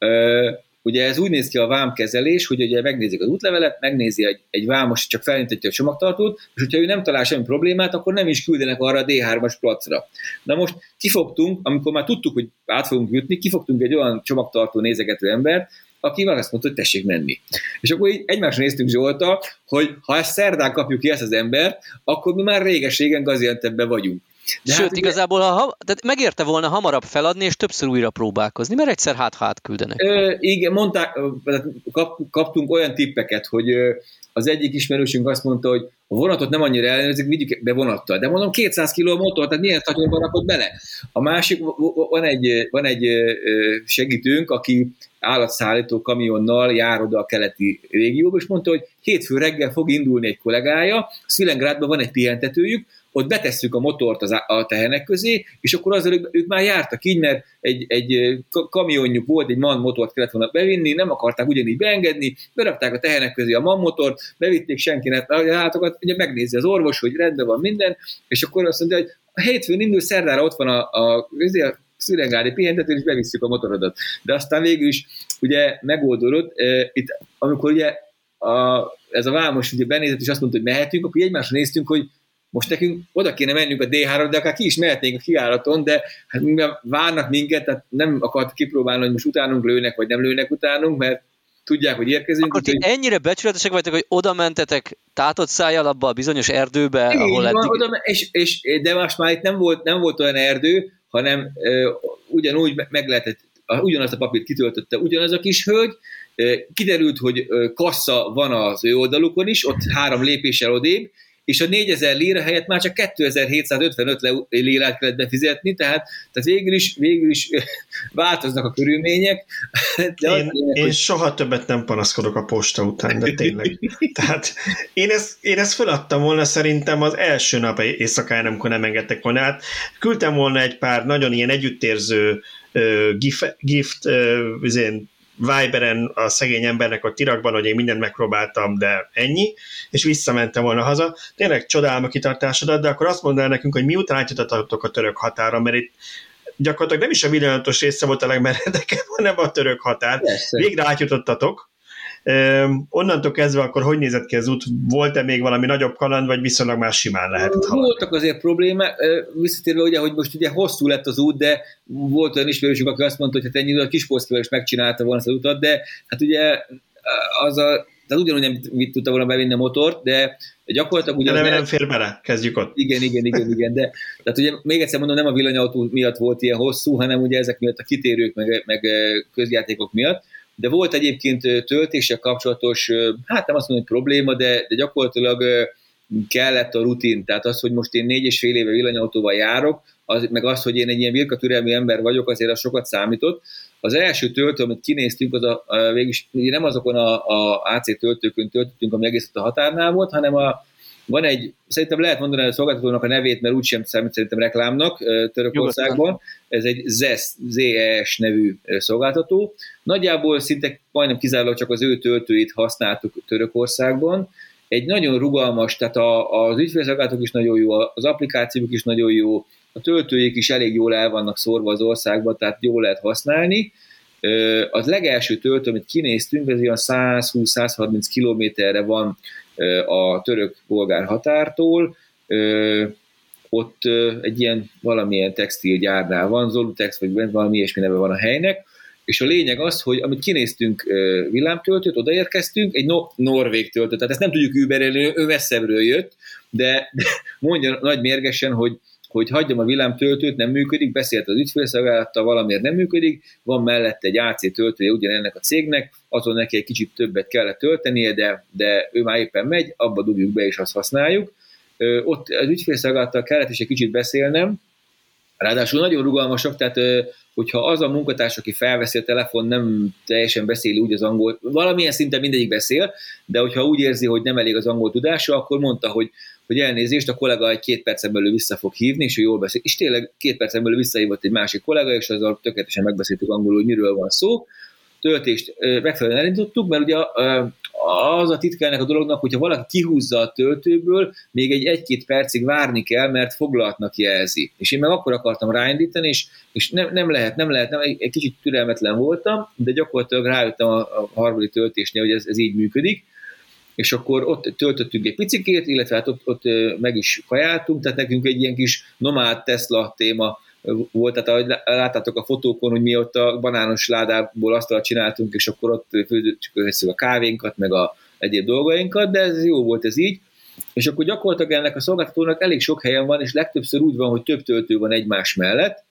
Ugye ez úgy néz ki a vámkezelés, hogy ugye megnézik az útlevelet, megnézi egy vámos, csak felintetje a csomagtartót, és hogyha ő nem talál semmi problémát, akkor nem is küldenek arra a D3-as placra. Na most kifogtunk, amikor már tudtuk, hogy át fogunk jutni, kifogtunk egy olyan csomagtartó nézegető embert, aki azt mondta, hogy tessék menni. És akkor így egymásra néztünk Zsolttal, hogy ha ezt szerdán kapjuk ki ezt az embert, akkor mi már réges-régen Gaziantepben vagyunk. De sőt, hát igazából tehát megérte volna hamarabb feladni, és többször újra próbálkozni, mert egyszer hát küldenek. Igen, mondták, kaptunk olyan tippeket, hogy az egyik ismerősünk azt mondta, hogy a vonatot nem annyira ellenőrzik, vigyük be vonattal. De mondom, 200 kg a motor, tehát milyen szatyorban rakod bele? A másik, van egy segítőnk, aki állatszállító kamionnal jár oda a keleti régióba, és mondta, hogy hétfő reggel fog indulni egy kollégája, Svilengrádban van egy pihentetőjük, ott betesszük a motort a tehenek közé, és akkor azzal ők már jártak így, mert egy kamionjuk volt, egy MAN motort kellett volna bevinni, nem akarták ugyanígy beengedni, berakták a tehenek közé a MAN motort, bevitték senkinek a látokat, ugye megnézi az orvos, hogy rendben van minden, és akkor azt mondja, hogy a hétfőn indul, szerdára ott van a szülengárdi pihentető, és bevisszük a motorodat. De aztán végül is ugye megoldódott, itt, amikor ugye ez a vámos ugye benézett, és azt mondta, hogy mehetünk, akkor egymásra néztünk, hogy most nekünk oda kéne mennünk a D3-ra, de akár ki is mehetnénk a kiállaton, de hát várnak minket, tehát nem akartak kipróbálni, hogy most utánunk lőnek, vagy nem lőnek utánunk, mert tudják, hogy érkezünk. Akkor ti ennyire becsületesek vagytok, hogy oda mentetek tátott szájjal abba a bizonyos erdőbe, ahol eddig... De most már itt nem volt olyan erdő, hanem ugyanúgy meg lehetett, ugyanazt a papírt kitöltötte ugyanaz a kis hölgy, kiderült, hogy kassa van az ő oldalukon is, ott 3 lépéssel odébb, és a 4000 lira helyett már csak 2755 lirát kellett befizetni, tehát végül is változnak a körülmények. De én soha többet nem panaszkodok a posta után, de tényleg. Tehát én ezt feladtam volna szerintem az első nap éjszakáján, amikor nem engedtek volna. Hát küldtem volna egy pár nagyon ilyen együttérző gift Viberen a szegény embernek a tirakban, hogy én mindent megpróbáltam, de ennyi, és visszamentem volna haza. Tényleg csodálom a kitartásodat, de akkor azt mondd el nekünk, hogy miután átjutottatok a török határa, mert itt gyakorlatilag nem is a villanatos része volt a legmeredekebb, hanem a török határ. Végre átjutottatok. Onnantól kezdve akkor hogy nézett ki az út? Volt-e még valami nagyobb kaland, vagy viszonylag már simán lehetett haladni? Voltak azért problémák, visszatérve ugye, hogy most ugye hosszú lett az út, de volt olyan ismerősünk, aki azt mondta, hogy hát ennyi a Kispolszkival is megcsinálta volna az utat, de hát ugye tehát ugyanúgy nem mit tudta volna bevinni a motort, de gyakorlatilag ugye... De nem fér bele, kezdjük ott. Igen, de tehát ugye még egyszer mondom, nem a villanyautó miatt volt ilyen hosszú, hanem ugye ezek miatt a kitérők, meg közjátékok miatt. De volt egyébként töltéssel kapcsolatos, hát nem azt mondom, hogy probléma, de gyakorlatilag kellett a rutin. Tehát az, hogy most én 4,5 éve villanyautóval járok, meg az, hogy én egy ilyen virkatürelmű ember vagyok, azért az sokat számított. Az első töltő, amit kinéztünk, az végülis nem azokon a AC töltőkön töltöttünk, ami egész a határnál volt, hanem van egy, szerintem lehet mondani a szolgáltatónak a nevét, mert úgysem számít szerintem reklámnak Törökországban. Ez egy ZES nevű szolgáltató. Nagyjából szinte majdnem kizárólag csak az ő töltőit használtuk Törökországban. Egy nagyon rugalmas, tehát az ügyfélszolgáltatók is nagyon jó, az applikációk is nagyon jó, a töltőjék is elég jól el vannak szórva az országban, tehát jól lehet használni. Az legelső töltő, amit kinéztünk, ez olyan 120-130 kilométerre van a török-bolgár határtól, ott egy ilyen valamilyen textilgyárnál van, Zolutex, vagy valami ilyesmi neve van a helynek, és a lényeg az, hogy amit kinéztünk villámtöltőt, odaérkeztünk, egy norvég töltő, tehát ezt nem tudjuk überelni, ő messzebbről jött, de mondja nagy mérgesen, hogy hagyjam a villámtöltőt, nem működik, beszélt az ügyfélszolgálattal, valamiért nem működik, van mellette egy AC töltője ugyanennek a cégnek, azon neki egy kicsit többet kellett töltenie, de ő már éppen megy, abba dugjuk be és azt használjuk. Ott az ügyfélszolgálattal kellett is egy kicsit beszélnem, ráadásul nagyon rugalmasak, tehát hogyha az a munkatárs, aki felveszi a telefon, nem teljesen beszéli úgy az angol, valamilyen szinten mindegyik beszél, de hogyha úgy érzi, hogy nem elég az angol tudása, akkor mondta, hogy elnézést, a kollega egy 2 percen belül vissza fog hívni, és ő jól beszél. És tényleg 2 percen belül visszahívott egy másik kollega, és azzal tökéletesen megbeszéltük angolul, hogy miről van szó. Töltést megfelelően elindítottuk, mert ugye az a titka ennek a dolognak, hogyha valaki kihúzza a töltőből, még egy 1-2 percig várni kell, mert foglalatnak jelzi. És én meg akkor akartam ráindítani, és nem lehet, egy kicsit türelmetlen voltam, de gyakorlatilag rájöttem a harmadik töltésnél, hogy ez így működik. És akkor ott töltöttünk egy picikét, illetve hát ott meg is kajáltunk, tehát nekünk egy ilyen kis nomád Tesla téma volt, tehát ahogy láttátok a fotókon, hogy mi ott a banános ládából asztalt csináltunk, és akkor ott főztük a kávénkat, meg a egyéb dolgainkat, de ez jó volt ez így. És akkor gyakorlatilag ennek a szolgáltatónak elég sok helyen van, és legtöbbször úgy van, hogy több töltő van egymás mellett.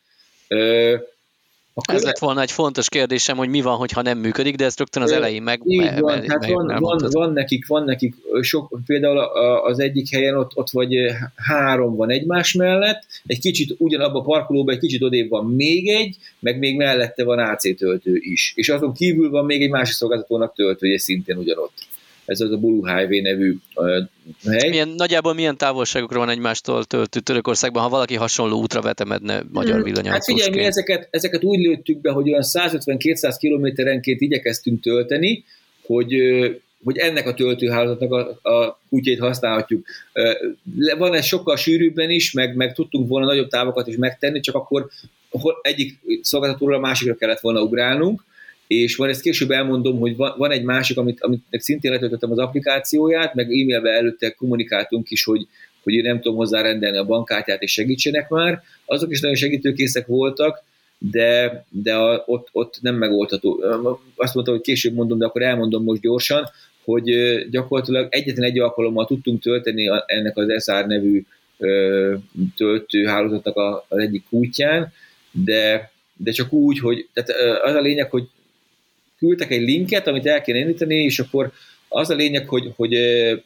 Ez lett volna egy fontos kérdésem, hogy mi van, hogyha nem működik, de ezt rögtön az elején van nekik sok, például az egyik helyen ott vagy 3 van egymás mellett, egy kicsit ugyanabban a parkolóban, egy kicsit odébb van még egy, meg még mellette van AC töltő is. És azon kívül van még egy másik szolgáltatónak töltője szintén ugyanott. Ez az a Blue Highway nevű hely. Nagyjából milyen távolságokra van egymástól töltő Törökországban, ha valaki hasonló útra vetemedne magyar villanyautósként? Hát figyelj, mi ezeket úgy lőttük be, hogy olyan 150-200 kilométerenként igyekeztünk tölteni, hogy ennek a töltőhálózatnak a kutyét használhatjuk. Van ez sokkal sűrűbben is, meg tudtunk volna nagyobb távokat is megtenni, csak akkor egyik szolgáltatóról a másikra kellett volna ugrálnunk, és van, ezt később elmondom, hogy van egy másik, amit szintén letöltöttem az applikációját, meg e-mailben előtte kommunikáltunk is, hogy én nem tudom hozzárendelni a bankkártyát, és segítsenek már. Azok is nagyon segítőkészek voltak, de ott nem megoldható. Azt mondtam, hogy később mondom, de akkor elmondom most gyorsan, hogy gyakorlatilag egyetlen egy alkalommal tudtunk tölteni ennek az SR nevű töltőhálózatnak az egyik kútján, de csak úgy, hogy tehát az a lényeg, hogy küldtek egy linket, amit el kéne indítani, és akkor az a lényeg, hogy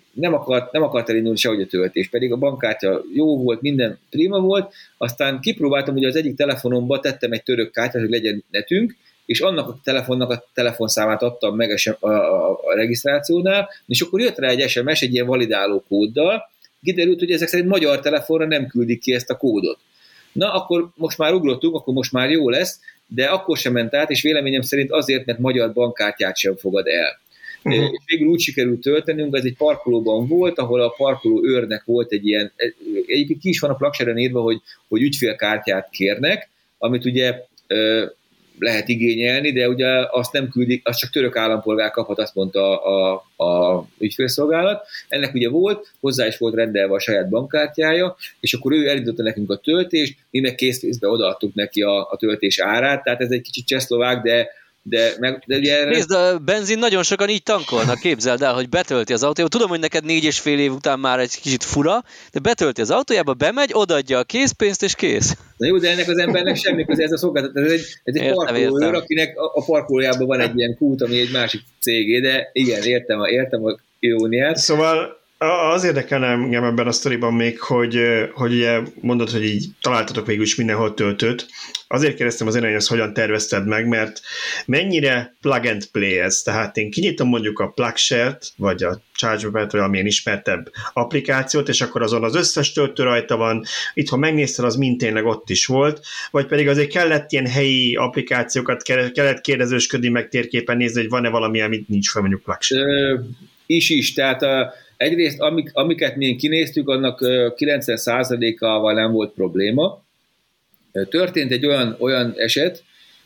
nem akart elindulni sehogy a töltés, pedig a bankkártya jó volt, minden prima volt, aztán kipróbáltam, hogy az egyik telefonomba tettem egy török kártyát, hogy legyen netünk, és annak a telefonnak a telefonszámát adtam meg a regisztrációnál, és akkor jött rá egy SMS egy ilyen validáló kóddal, kiderült, hogy ezek szerint magyar telefonra nem küldik ki ezt a kódot. Na, akkor most már ugrottunk, akkor most már jó lesz, de akkor sem ment át, és véleményem szerint azért, mert magyar bankkártyát sem fogad el. És végül úgy sikerült töltenünk, ez egy parkolóban volt, ahol a parkoló őrnek volt egy ilyen, egyébként ki is van a plakseren írva, hogy ügyfélkártyát kérnek, amit ugye lehet igényelni, de ugye azt nem küldik, azt csak török állampolgár kaphat, azt mondta a ügyfélszolgálat. Ennek ugye volt, hozzá is volt rendelve a saját bankkártyája, és akkor ő elindította nekünk a töltést, mi meg készpénzbe odaadtuk neki a töltés árát, tehát ez egy kicsit csehszlovák, de ugye... Nézd, a benzin nagyon sokan így tankolnak, képzeld el, hogy betölti az autójába. Tudom, hogy neked 4,5 év után már egy kicsit fura, de betölti az autójába, bemegy, odaadja a készpénzt, és kész. Na jó, de ennek az embernek semmi köze, ez a szolgáltatás, ez egy parkolóőr, akinek a parkolójában van egy ilyen kút, ami egy másik cégé, de igen, értem a iróniát. Szóval az érdekel engem ebben a sztoriban még, hogy ugye mondod, hogy így találtatok végül is mindenhol töltőt. Azért kérdeztem az elején, hogy ezt hogyan tervezted meg, mert mennyire plug and play ez? Tehát én kinyitom mondjuk a PlugShare-t, vagy a ChargeMobile-t, vagy amilyen ismertebb applikációt, és akkor azon az összes töltő rajta van, itthon megnézted, az mind tényleg ott is volt, vagy pedig azért kellett ilyen helyi applikációkat, kellett kérdezősködni, meg térképen nézni, hogy van-e valami, amit nincs fel mondjuk PlugShare. Is, tehát egyrészt amiket mi kinéztük, annak 90%-ával nem volt probléma. Történt egy olyan eset,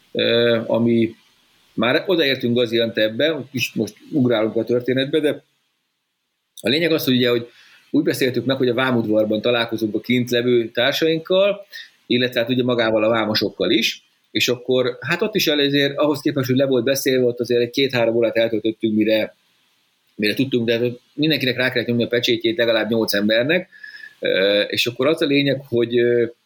ami már odaértünk Gaziantepbe, most ugrálunk a történetbe, de a lényeg az, hogy ugye, hogy úgy beszéltük meg, hogy a vámudvarban találkozunk a kint levő társainkkal, illetve hát ugye magával a vámosokkal is, és akkor hát ott is azért ahhoz képest, hogy le volt beszélve, ott azért egy 2-3 órát eltöltöttünk, mire tudtunk, de mindenkinek rá kellett nyomni a pecsétjét, legalább 8 embernek, és akkor az a lényeg, hogy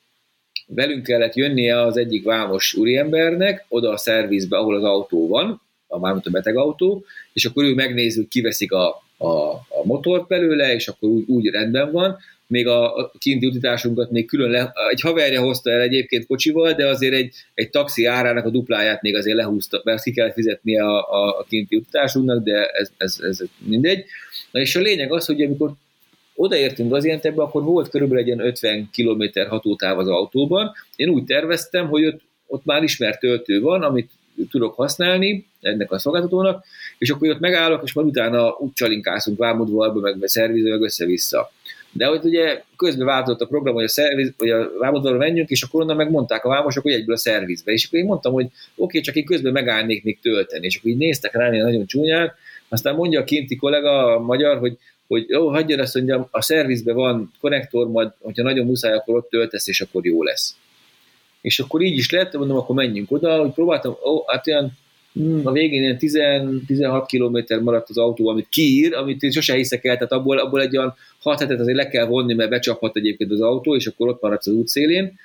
velünk kellett jönnie az egyik vámos úriembernek oda a szervizbe, ahol az autó van, mármint a beteg autó, és akkor ő megnézi, hogy kiveszik a motort belőle, és akkor úgy rendben van. Még a kinti utitásunkat még külön egy haverja hozta el egyébként kocsival, de azért egy taxi árának a dupláját még azért lehúzta, mert ki kellett fizetnie a kinti utitásunknak, de ez mindegy. Na és a lényeg az, hogy amikor odaértünk Gaziantepbe, akkor volt körülbelül egy ilyen 50 km hatótáv az autóban. Én úgy terveztem, hogy ott már ismert töltő van, amit tudok használni ennek a szolgáltatónak, és akkor ott megállok, és majd utána úgy csalinkázunk vámudvarba, meg szervizbe, meg össze-vissza. De hogy ugye közben változott a program, hogy a vámudvarba menjünk, és akkor onnan megmondták a vámosok, hogy egyből a szervizbe. És akkor én mondtam, hogy oké, csak én közben megállnék még tölteni. És akkor így néztek rám nagyon csúnyán, aztán mondja a kinti kollega, a magyar, hogy jó, hagyjad azt, hogy a szervizben van konnektor, majd, hogyha nagyon muszáj, akkor ott töltesz, és akkor jó lesz. És akkor így is lett, mondom, akkor menjünk oda, hogy próbáltam, hát olyan a végén ilyen 10-16 kilométer maradt az autó, amit kiír, amit én sose hiszek el, tehát abból egy olyan 6 hetet azért le kell vonni, mert becsaphat egyébként az autó, és akkor ott maradsz az útszélén.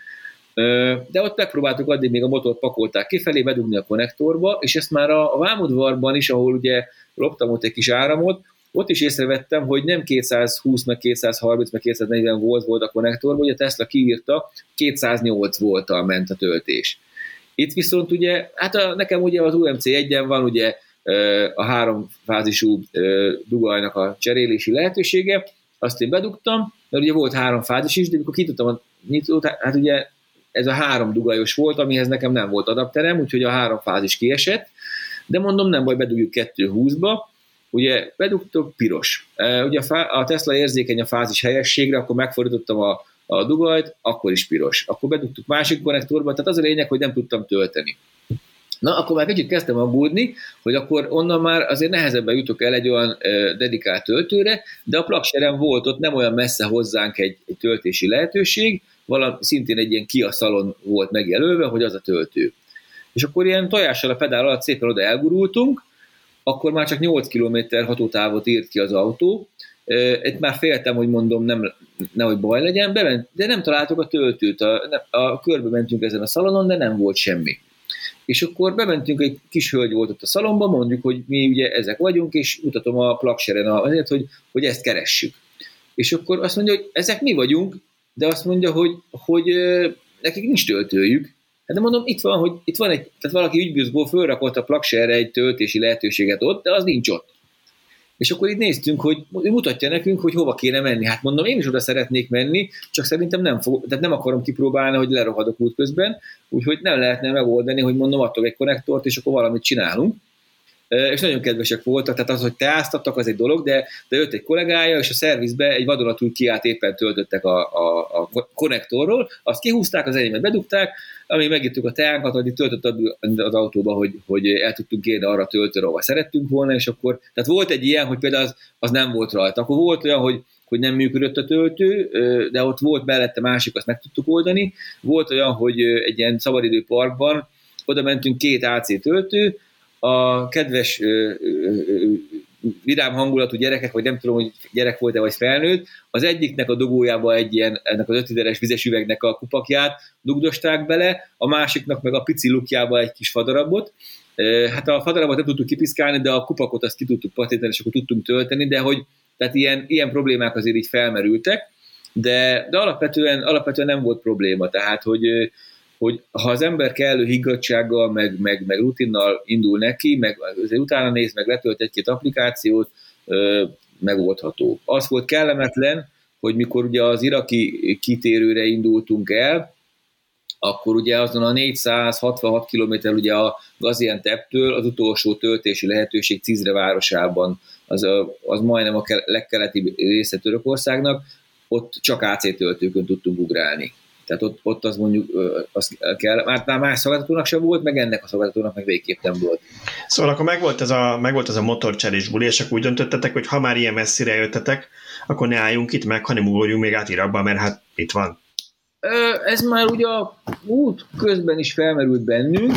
De ott megpróbáltuk, addig még a motort pakolták kifelé, bedugni a konnektorba, és ezt már a vámudvarban is, ahol ugye loptam ott egy kis áramot, ott is észrevettem, hogy nem 220, meg 230, meg 240 volt a konnektorban, ugye a Tesla kiírta, 208 volttal ment a töltés. Itt viszont ugye, hát nekem ugye az UMC 1-en van ugye a 3 fázisú dugajnak a cserélési lehetősége, azt én bedugtam, mert ugye volt 3 fázis is, de amikor kitudtam a nyitót, hát ugye ez a 3 dugajos volt, amihez nekem nem volt adapterem, úgyhogy a 3 fázis kiesett, de mondom, nem baj, bedugjuk 220-ba, ugye bedugtok, piros. Ugye a Tesla érzékeny a fázis helyességre, akkor megfordítottam a dugajt, akkor is piros. Akkor bedugtuk másik konnektorba, tehát az a lényeg, hogy nem tudtam tölteni. Na, akkor már kicsit kezdtem aggódni, hogy akkor onnan már azért nehezebben jutok el egy olyan dedikált töltőre, de a PlugShare-en volt ott nem olyan messze hozzánk egy töltési lehetőség, szintén egy ilyen Kia szalon volt megjelölve, hogy az a töltő. És akkor ilyen tojással a pedál alatt szépen oda elgurultunk, akkor már csak 8 km hatótávot írt ki az autó. Itt már féltem, hogy mondom, nehogy baj legyen, de nem találtuk a töltőt. Körbe mentünk ezen a szalonon, de nem volt semmi. És akkor bementünk, egy kis hölgy volt ott a szalomban, mondjuk, hogy mi ugye ezek vagyunk, és mutatom a plakseren azért, hogy ezt keressük. És akkor azt mondja, hogy ezek mi vagyunk, de azt mondja, hogy nekik nincs töltőjük. Hát de mondom, itt van egy, tehát valaki ügybűzból fölrakott a plakserre egy töltési lehetőséget ott, de az nincs ott. És akkor itt néztünk, hogy mutatja nekünk, hogy hova kéne menni. Hát mondom, én is oda szeretnék menni, csak szerintem tehát nem akarom kipróbálni, hogy lerohadok útközben, úgyhogy nem lehetne megoldani, hogy mondom, adtok egy konnektort, és akkor valamit csinálunk. És nagyon kedvesek voltak, tehát az, hogy teáztattak, az egy dolog, de jött egy kollégája, és a szervizbe egy vadonatúj kiát éppen töltöttek a konnektorról, azt kihúzták, az enyémet bedugták, amíg megittük a teánkat, addig töltött az autóba, hogy el tudtunk érni arra töltőre, ahol szerettünk volna, és akkor, tehát volt egy ilyen, hogy például az nem volt rajta. Akkor volt olyan, hogy nem működött a töltő, de ott volt mellette másik, azt meg tudtuk oldani. Volt olyan, hogy egy ilyen szabadidő parkban oda mentünk 2 AC töltő, a kedves vidám hangulatú gyerekek, vagy nem tudom, hogy gyerek volt-e, vagy felnőtt, az egyiknek a dugójába egy ilyen, ennek az 5 literes vizes üvegnek a kupakját dugdosták bele, a másiknak meg a pici lukjába egy kis fadarabot. Hát a fadarabot nem tudtuk kipiszkálni, de a kupakot azt ki tudtuk pattintani, és akkor tudtunk tölteni, de hogy tehát ilyen problémák azért így felmerültek, de alapvetően nem volt probléma, tehát hogy ha az ember kellő higgadtsággal, meg rutinnal indul neki, meg azért utána néz, meg letölt egy-két applikációt, megoldható. Az volt kellemetlen, hogy mikor ugye az iraki kitérőre indultunk el, akkor ugye azon a 466 km ugye a Gazianteptől az utolsó töltési lehetőség Cizre városában, az majdnem a legkeleti része Törökországnak, ott csak AC töltőkön tudtunk ugrálni. Tehát ott az mondjuk az kell, már más szolgáltatónak sem volt, meg ennek a szolgáltatónak meg végképp nem volt. Szóval akkor megvolt ez a motorcserés buli, és akkor úgy döntöttetek, hogy ha már ilyen messzire jöttetek, akkor ne álljunk itt meg, hanem ugorjunk még át Irakba, mert hát itt van. Ez már ugye a út közben is felmerült bennünk.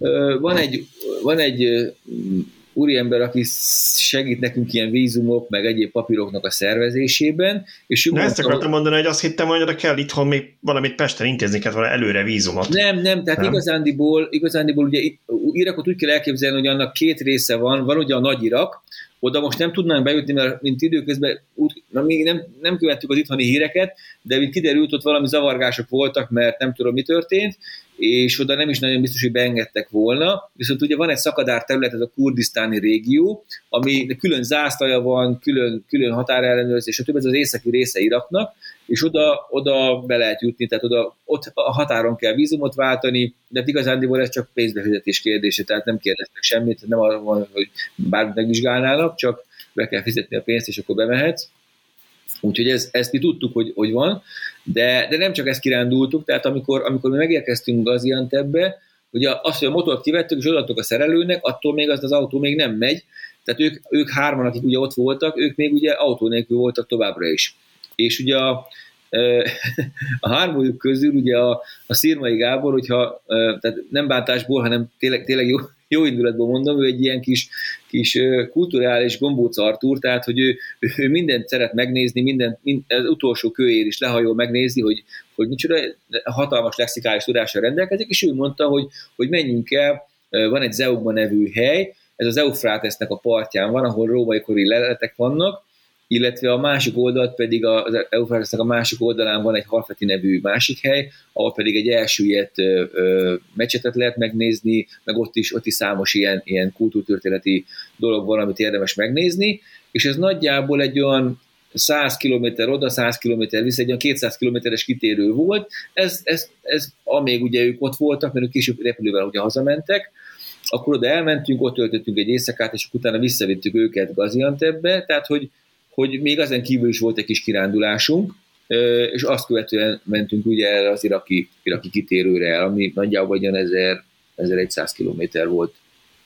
Van egy úriember, aki segít nekünk ilyen vízumok, meg egyéb papíroknak a szervezésében. És ezt akartam mondani, hogy azt hittem, hogy oda kell itthon még valamit Pesten intézni, kell valami előre vízumot. Nem, tehát nem. Igazándiból ugye Irakot úgy kell elképzelni, hogy annak 2 része van ugye a Nagy Irak, oda most nem tudnánk bejutni, mert mint időközben még nem követtük az itthoni híreket, de mint kiderült, ott valami zavargások voltak, mert nem tudom, mi történt, és oda nem is nagyon biztos, hogy beengedtek volna. Viszont ugye van egy szakadár terület, ez a kurdisztáni régió, ami külön zászlaja van, külön határellenőrzés, stb. Ez az északi része Iraknak, és oda be lehet jutni, tehát ott a határon kell vízumot váltani, de igazándiból ez csak pénzbefizetés kérdése, tehát nem kérdeztek semmit, nem arra van, hogy bármit megvizsgálnának, csak be kell fizetni a pénzt, és akkor bemehetsz. Úgyhogy ezt mi tudtuk, hogy van, de nem csak ezt kirándultuk, tehát amikor mi megérkeztünk Gaziantepbe, ugye azt, hogy a motort kivettük, és odaadtuk a szerelőnek, attól még az autó még nem megy, tehát ők 3, akik ugye ott voltak, ők még ugye autó nélkül voltak továbbra is. És ugye a 3 közül ugye a Szirmai Gábor, hogyha tehát nem bántásból, hanem tényleg jó indulatból mondom, ő egy ilyen kis kulturális gombóc Artúr, tehát hogy ő mindent szeret megnézni, az utolsó kőér is lehajol megnézni, hogy micsoda hatalmas lexikális tudással rendelkezik, és ő mondta, hogy menjünk el, van egy Zeugma nevű hely, ez az Eufrátesznek a partján van, ahol római kori leletek vannak, illetve a másik oldalt pedig az Eufrátesznek a másik oldalán van egy Harfeti nevű másik hely, ahol pedig egy elsüllyedt mecsetet lehet megnézni, meg ott is számos ilyen kultúrtörténeti dolog van, amit érdemes megnézni, és ez nagyjából egy olyan 100 km oda, 100 km vissza, egy olyan 200 km-es kitérő volt, ez amíg ugye ők ott voltak, mert ők később repülővel ugye hazamentek, akkor oda elmentünk, ott töltöttünk egy éjszakát, és utána visszavittük őket Gaziantepbe, tehát hogy még ezen kívül is volt egy kis kirándulásunk, és azt követően mentünk ugye erre az iraki kitérőre el, ami nagyjából olyan 1100 kilométer volt.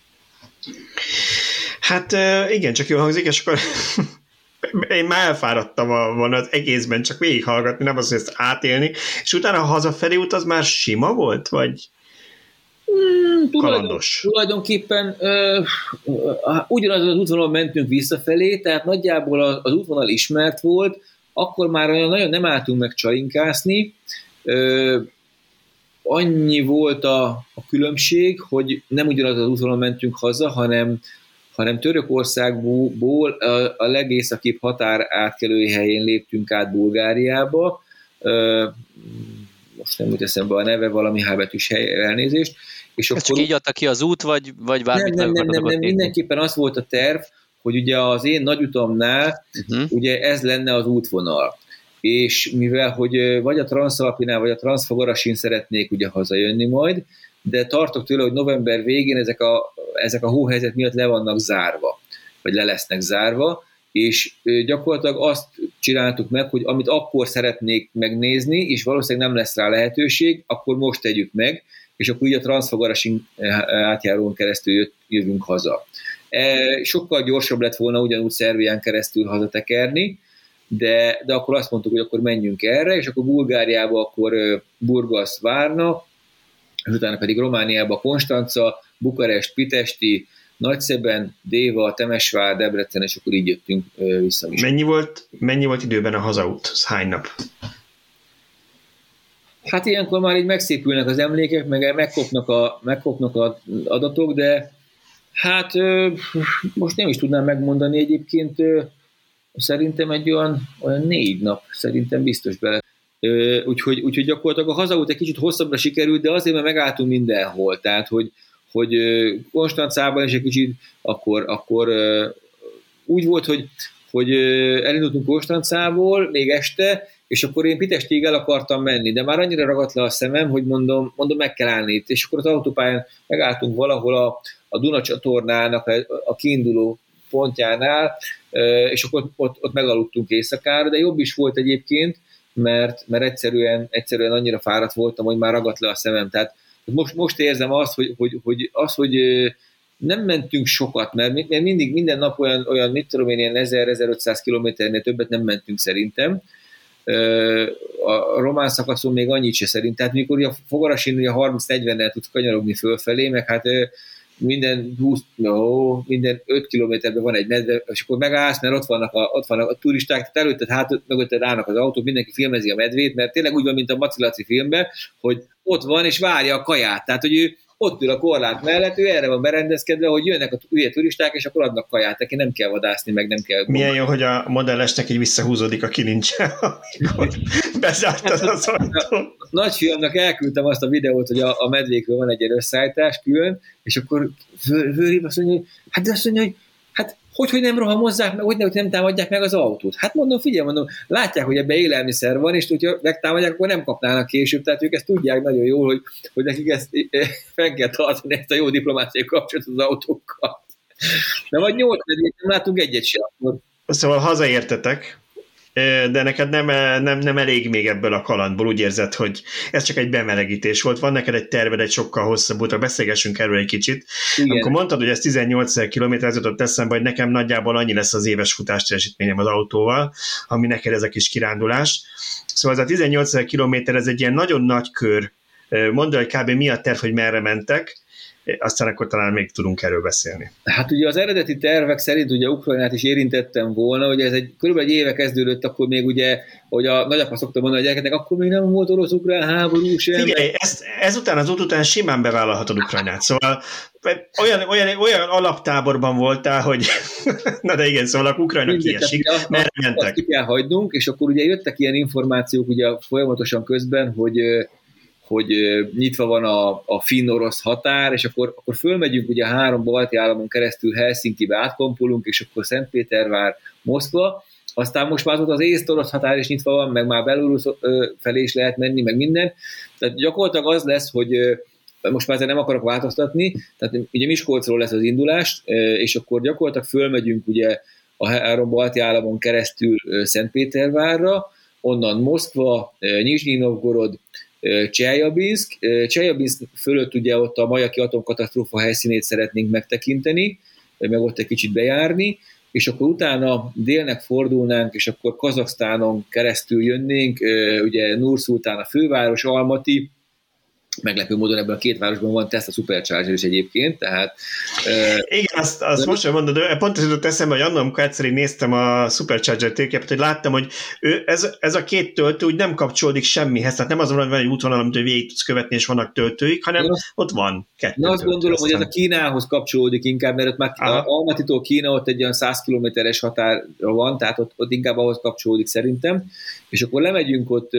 Hát igen, csak jól hangzik, és akkor én már elfáradtam volna az egészben, csak végighallgatni, nem az, hogy ezt átélni, és utána a hazafelé út az már sima volt, vagy kalandos? Tulajdonképpen ugyanazon az útvonalon mentünk visszafelé, tehát nagyjából az útvonal ismert volt, akkor már olyan nagyon nem álltunk meg csalinkászni. annyi volt a különbség, hogy nem ugyanaz az útvonalon mentünk haza, hanem Törökországból a legészakibb határ átkelői helyén léptünk át Bulgáriába. Most nem úgy eszembe a neve, valami hábetűs hely, elnézést. És akkor csak így adta ki az út, vagy bármit? Nem, mindenképpen az volt a terv, hogy ugye az én nagyutamnál ugye ez lenne az útvonal. És mivel, hogy vagy a Transzalpinál, vagy a Transzfagarasin szeretnék ugye hazajönni majd, de tartok tőle, hogy november végén ezek a hóhelyzet miatt le vannak zárva, vagy le lesznek zárva, és gyakorlatilag azt csináltuk meg, hogy amit akkor szeretnék megnézni, és valószínűleg nem lesz rá lehetőség, akkor most tegyük meg, és akkor így a Transzfagarasin átjárón keresztül jövünk haza. Sokkal gyorsabb lett volna ugyanúgy Szerbián keresztül hazatekerni, de akkor azt mondtuk, hogy akkor menjünk erre, és akkor Bulgáriába akkor Burgas várna, és utána pedig Romániába Konstanca, Bukarest, Pitesti, Nagyszeben, Déva, Temesvár, Debrecen, és akkor így jöttünk vissza. Mennyi volt időben a hazaút? Ez hány nap? Hát ilyenkor már így megszépülnek az emlékek, meg megkopnak az adatok, de hát most nem is tudnám megmondani egyébként, szerintem egy olyan 4 nap, szerintem biztos bele. Úgyhogy gyakorlatilag a hazaút egy kicsit hosszabbra sikerült, de azért, mert megálltunk mindenhol. Tehát, hogy Konstancában is egy kicsit, akkor úgy volt, hogy elindultunk Konstancából még este, és akkor én Pitestig el akartam menni, de már annyira ragadt le a szemem, hogy mondom, meg kell állni itt. És akkor az autópályán megálltunk valahol a Duna csatornának a kiinduló pontjánál, és akkor ott megaludtunk éjszakára, de jobb is volt egyébként, mert egyszerűen annyira fáradt voltam, hogy már ragadt le a szemem. Tehát most érzem azt, hogy nem mentünk sokat, mert mindig minden nap olyan mit tudom én, ilyen 1000-1500 kilométernél többet nem mentünk szerintem. A román szakaszon még annyit se szerint. Tehát mikor a Fogarasin ugye 30-40-nel tudsz kanyarogni fölfelé, meg hát minden 5 kilométerben van egy medve, és akkor megállsz, mert ott vannak a turisták, tehát előtted, hát mögötted állnak az autók, mindenki filmezi a medvét, mert tényleg úgy van, mint a Maci Laci filmben, hogy ott van és várja a kaját, tehát hogy ő ott ül a korlát mellett, ő erre van berendezkedve, hogy jönnek a hülye turisták, és akkor adnak kaját, neki nem kell vadászni, meg nem kell... Milyen jó, hogy a modellesnek így visszahúzódik a kilincse, amikor bezártad az ajtót. Nagyfiamnak elküldtem azt a videót, hogy a medvékről van egy összeállítás külön, és akkor fölhív azt mondja, hogy nem rohamozzák meg, hogy nem támadják meg az autót. Hát figyelj, látják, hogy ebben élelmiszer van, és hogyha megtámadják, akkor nem kapnának később, tehát ők ezt tudják nagyon jól, hogy nekik ezt fenn kell tartani, ezt a jó diplomáciai kapcsolatot az autókkal. De vagy 8 medvét nem látunk egyet sem. Szóval hazaértetek, de neked nem elég még ebből a kalandból, úgy érzed, hogy ez csak egy bemelegítés volt. Van neked egy terved, egy sokkal hosszabb útra, beszélgessünk erről egy kicsit. Igen. Amikor mondtad, hogy ez 18 kilométer, ez jutott eszembe, hogy nekem nagyjából annyi lesz az éves futásteljesítményem az autóval, ami neked ez a kis kirándulás. Szóval ez a 18 kilométer, ez egy ilyen nagyon nagy kör. Mondd el, hogy kb. Mi a terv, hogy merre mentek, aztán akkor talán még tudunk erről beszélni. Hát ugye az eredeti tervek szerint ugye Ukrajnát is érintettem volna, hogy ez körülbelül egy éve kezdődött, akkor még ugye, hogy a nagyapa szokta mondani a gyerekeknek, akkor még nem volt orosz-ukrán háború sem. Figyelj, ezután az út után simán bevállalhatod Ukrajnát, szóval olyan alaptáborban voltál, hogy na de igen, szóval a Ukrajna kiesik, merre mentek? Azt ki kell hagynunk, és akkor ugye jöttek ilyen információk ugye folyamatosan közben, hogy nyitva van a finn-orosz határ, és akkor fölmegyünk ugye 3 balti államon keresztül Helsinkibe átkompolunk, és akkor Szentpétervár, Moszkva, aztán most már ott az észt-orosz határ is nyitva van, meg már Belarus felé is lehet menni, meg minden. Tehát gyakorlatilag az lesz, hogy most már ezzel nem akarok változtatni, tehát ugye Miskolcról lesz az indulás, és akkor gyakorlatilag fölmegyünk ugye a 3 balti államon keresztül Szentpétervárra, onnan Moszkva, Nizsnyi Novgorod, Cseljabinszk fölött ugye ott a Majaki atomkatasztrófa helyszínét szeretnénk megtekinteni, meg ott egy kicsit bejárni, és akkor utána délnek fordulnánk, és akkor Kazaksztánon keresztül jönnénk, ugye Nur-Szultán a főváros, Almaty, meglepő módon ebben a két városban van Tesla Supercharger is egyébként, tehát... Igen, azt most sem mondod, pont ez jutott eszembe, hogy annak, amikor egyszer néztem a Supercharger térképet, hogy láttam, hogy ez a két töltő úgy nem kapcsolódik semmihez, tehát nem az van, hogy van egy útvonal, amit végig tudsz követni, és vannak töltőik, hanem ott van kettő. Na azt gondolom, hogy ez a Kínához kapcsolódik inkább, mert ott már Almatitól Kína ott egy olyan 100 kilométeres határra van, tehát ott inkább ahhoz kapcsolódik szerintem, és akkor lemegyünk ott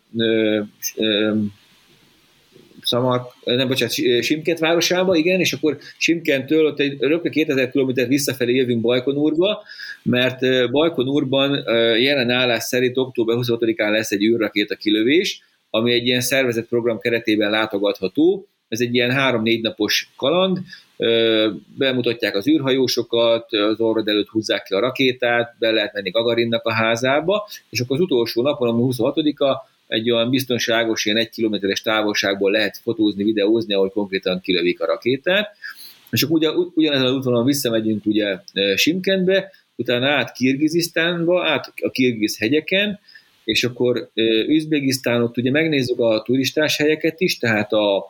Simkent városába, igen, és akkor Simkentől ott rögtön 2000 km visszafelé jövünk Bajkonurba, mert Bajkonurban jelen állás szerint október 26-án lesz egy űrrakéta kilövés, ami egy ilyen szervezett program keretében látogatható. Ez egy ilyen 3-4 napos kaland, bemutatják az űrhajósokat, az orrod előtt húzzák ki a rakétát, be lehet menni Gagarinnak a házába, és akkor az utolsó napon, ami 26-a, egy olyan biztonságos, ilyen 1 kilométeres távolságból lehet fotózni, videózni, ahogy konkrétan kilövik a rakétát. És akkor ugyanezen az útvonalon visszamegyünk ugye Simkentbe, utána át Kirgizisztánba, át a Kirgiz hegyeken, és akkor Üzbegisztán, ott ugye megnézzük a turistás helyeket is, tehát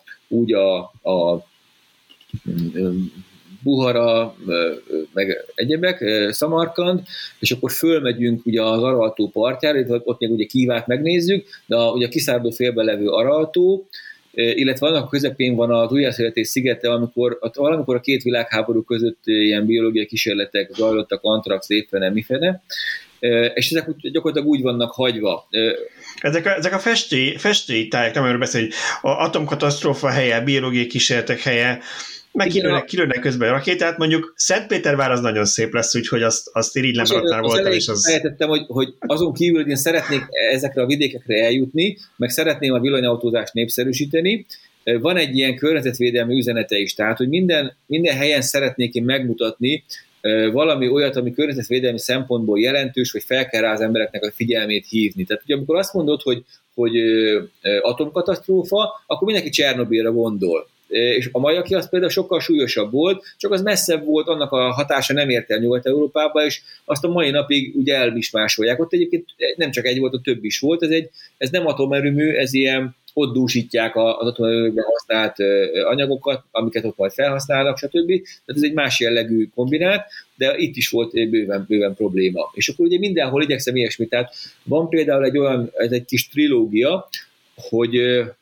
a Buhara, meg egyebek, Szamarkand, és akkor fölmegyünk ugye az Aral-tó partjára, ott még ugye Kívát megnézzük, de ugye a kiszáradó félben levő Aral-tó, illetve annak a közepén van az újjászületés szigete, valamikor a két világháború között ilyen biológiai kísérletek zajlottak, antrax, étfene, mifene, és ezek gyakorlatilag úgy vannak hagyva. Ezek a festői tájak, nem arról beszél, hogy a atomkatasztrófa helye, biológiai kísérletek helye, meg kilőnek közben a rakétát, mondjuk Szentpétervár az nagyon szép lesz, úgyhogy azt irigylem maradtál voltam, és az... Eltettem, hogy azon kívül, hogy én szeretnék ezekre a vidékekre eljutni, meg szeretném a villanyautózást népszerűsíteni, van egy ilyen környezetvédelmi üzenete is, tehát, hogy minden helyen szeretnék én megmutatni valami olyat, ami környezetvédelmi szempontból jelentős, vagy fel kell rá az embereknek a figyelmét hívni. Tehát ugye amikor azt mondod, hogy atomkatasztrófa, akkor mindenki Csernobilra gondol. És a majaki az például sokkal súlyosabb volt, csak az messzebb volt, annak a hatása nem ért el Nyugat-Európába, és azt a mai napig ugye elmismásolják. Ott egyébként nem csak egy volt, ott több is volt, ez nem atomerőmű, ez ilyen, ott dúsítják az atomerőműben használt anyagokat, amiket ott majd felhasználnak, stb. Tehát ez egy más jellegű kombinát, de itt is volt bőven probléma. És akkor ugye mindenhol igyekszem ilyesmit, tehát van például egy kis trilógia, hogy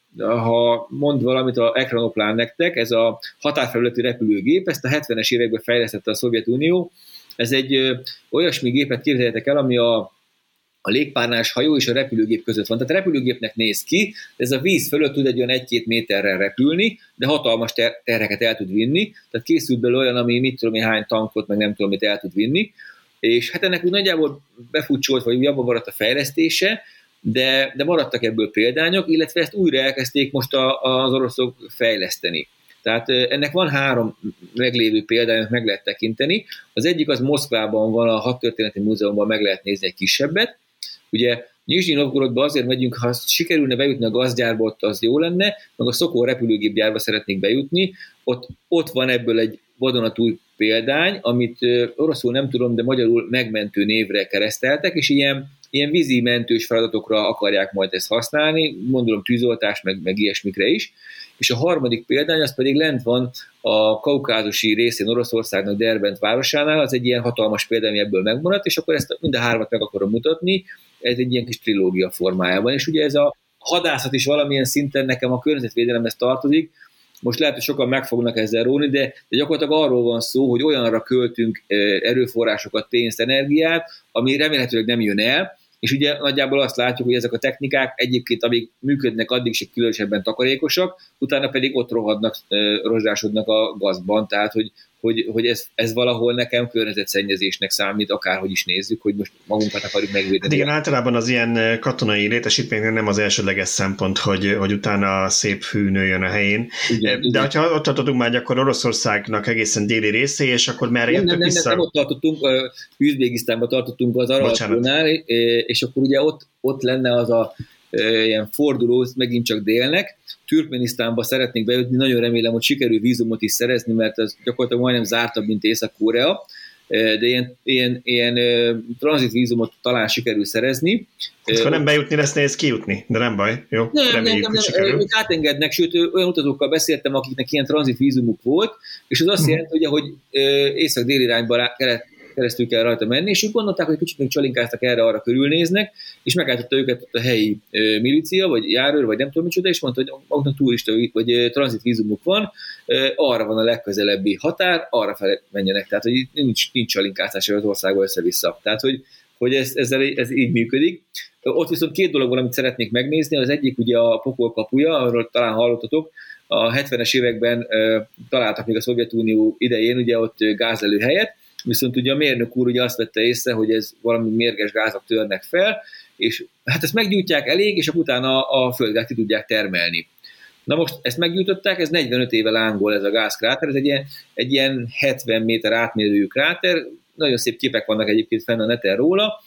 ha mond valamit a Ekranoplán nektek, ez a határfelületi repülőgép, ezt a 70-es években fejlesztette a Szovjetunió, ez egy olyasmi gépet képzeljétek el, ami a légpárnás hajó és a repülőgép között van. Tehát a repülőgépnek néz ki, ez a víz fölött tud egy olyan 1-2 méterrel repülni, de hatalmas terheket el tud vinni, tehát készült belőle olyan, ami mit tudom, hány tankot, meg nem tudom, mit el tud vinni, és hát ennek úgy nagyjából befutcsolt, vagy abban maradt a fejlesztése, de maradtak ebből példányok, illetve ezt újra elkezdték most az oroszok fejleszteni. Tehát ennek van 3 meglévő példányt, meg lehet tekinteni. Az egyik az Moszkvában van, a Hadtörténeti Múzeumban meg lehet nézni egy kisebbet. Ugye Nyizsnyi Novgorodba azért megyünk, ha sikerülne bejutni a gazgyárba, ott az jó lenne, meg a Szokol repülőgépgyárba szeretnék bejutni. Ott van ebből egy vadonatúj példány, amit oroszul nem tudom, de magyarul megmentő névre kereszteltek, és ilyen vízi mentős feladatokra akarják majd ezt használni, gondolom tűzoltás, meg ilyesmikre is. És a harmadik példány, az pedig lent van a kaukázusi részén Oroszországnak, Derbent városánál, az egy ilyen hatalmas példány, ami ebből megmaradt, és akkor ezt mind a 3-at meg akarom mutatni, ez egy ilyen kis trilógia formájában. És ugye ez a hadászat is valamilyen szinten nekem a környezetvédelemhez tartozik, most lehet, hogy sokan meg fognak ezzel róni, de gyakorlatilag arról van szó, hogy olyanra költünk erőforrásokat, pénzt, energiát, ami remélhetőleg nem jön el, és ugye nagyjából azt látjuk, hogy ezek a technikák egyébként, amíg működnek, addig is különösebben takarékosak, utána pedig ott rozsdásodnak a gazban, tehát hogy ez valahol nekem környezetszennyezésnek számít, akárhogy is nézzük, hogy most magunkat akarjuk megvédeni. Igen, általában az ilyen katonai létesítménynél nem az elsődleges szempont, hogy utána szép hű nőjön a helyén. De ha ott tartottunk már, akkor Oroszországnak egészen déli részé, és akkor merre jöttök vissza? Nem ott tartottunk, Üzbegisztánban tartottunk az Aral-tónál, és akkor ugye ott lenne az a ilyen forduló, megint csak délnek. Türkmenisztánba szeretnék bejutni, nagyon remélem, hogy sikerül vízumot is szerezni, mert ez gyakorlatilag majdnem zártabb, mint Észak-Korea, de ilyen tranzitvízumot talán sikerül szerezni. Ha nem bejutni, lesz nehéz kijutni, de nem baj. Jó, nem, ők átengednek, sőt, olyan utazókkal beszéltem, akiknek ilyen tranzitvízumuk volt, és az azt jelenti, hogy észak-déli irányba keresztül kell rajta menni, és ők gondolták, hogy kicsit még csalinkáztak erre-arra körülnéznek, és megálltotta őket a helyi milícia, vagy járőr, vagy nem tudom micsoda, és mondta, hogy maguknak turista, vagy tranzitvízumuk van, arra van a legközelebbi határ, arra fel menjenek, tehát hogy nincs csalinkázás az országban össze-vissza. Tehát, hogy ez így működik. Ott viszont két dolog van, amit szeretnék megnézni, az egyik ugye a Pokol kapuja, arról talán hallottatok, a 70-es években találtak még a Szovjetunió idején, ugye ott gázlelőhelyet, viszont ugye a mérnök úr ugye azt vette észre, hogy ez valami mérges gázak törnek fel, és hát ezt meggyújtják elég, és utána a földgázt ki tudják termelni. Na most ezt meggyújtották, ez 45 éve lángol ez a gázkráter, ez egy ilyen 70 méter átmérőjű kráter, nagyon szép képek vannak egyébként fenn a neten róla,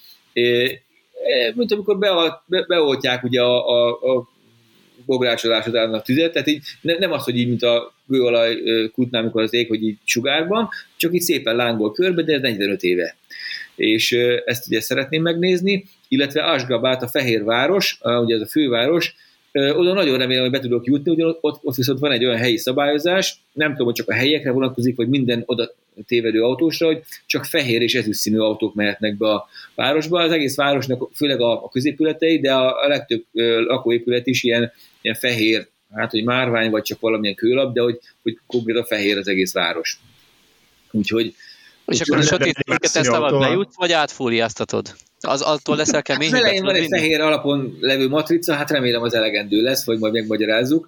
mint amikor beoltják ugye a bográcsolás után a tüzet, tehát így nem az, hogy így, mint a kőolaj kútnál, amikor az ég, hogy így sugárban, csak így szépen lángol körbe, de ez 45 éve. És ezt ugye szeretném megnézni, illetve Asgabat, a Fehérváros, ugye ez a főváros, oda nagyon remélem, hogy be tudok jutni, ugyan ott viszont van egy olyan helyi szabályozás, nem tudom, hogy csak a helyiekre vonatkozik, vagy minden oda tévedő autósra, hogy csak fehér és ezüstszínű autók mehetnek be a városba. Az egész városnak, főleg a középületei, de a legtöbb lakóépület is ilyen fehér, hát hogy márvány, vagy csak valamilyen kőlap, de hogy konkrétan fehér az egész város. Úgyhogy és akkor a sötét Teslával bejutsz, vagy átfóliáztatod? Attól leszel kemény? Az elején van egy fehér alapon levő matrica, hát remélem az elegendő lesz, vagy majd megmagyarázzuk.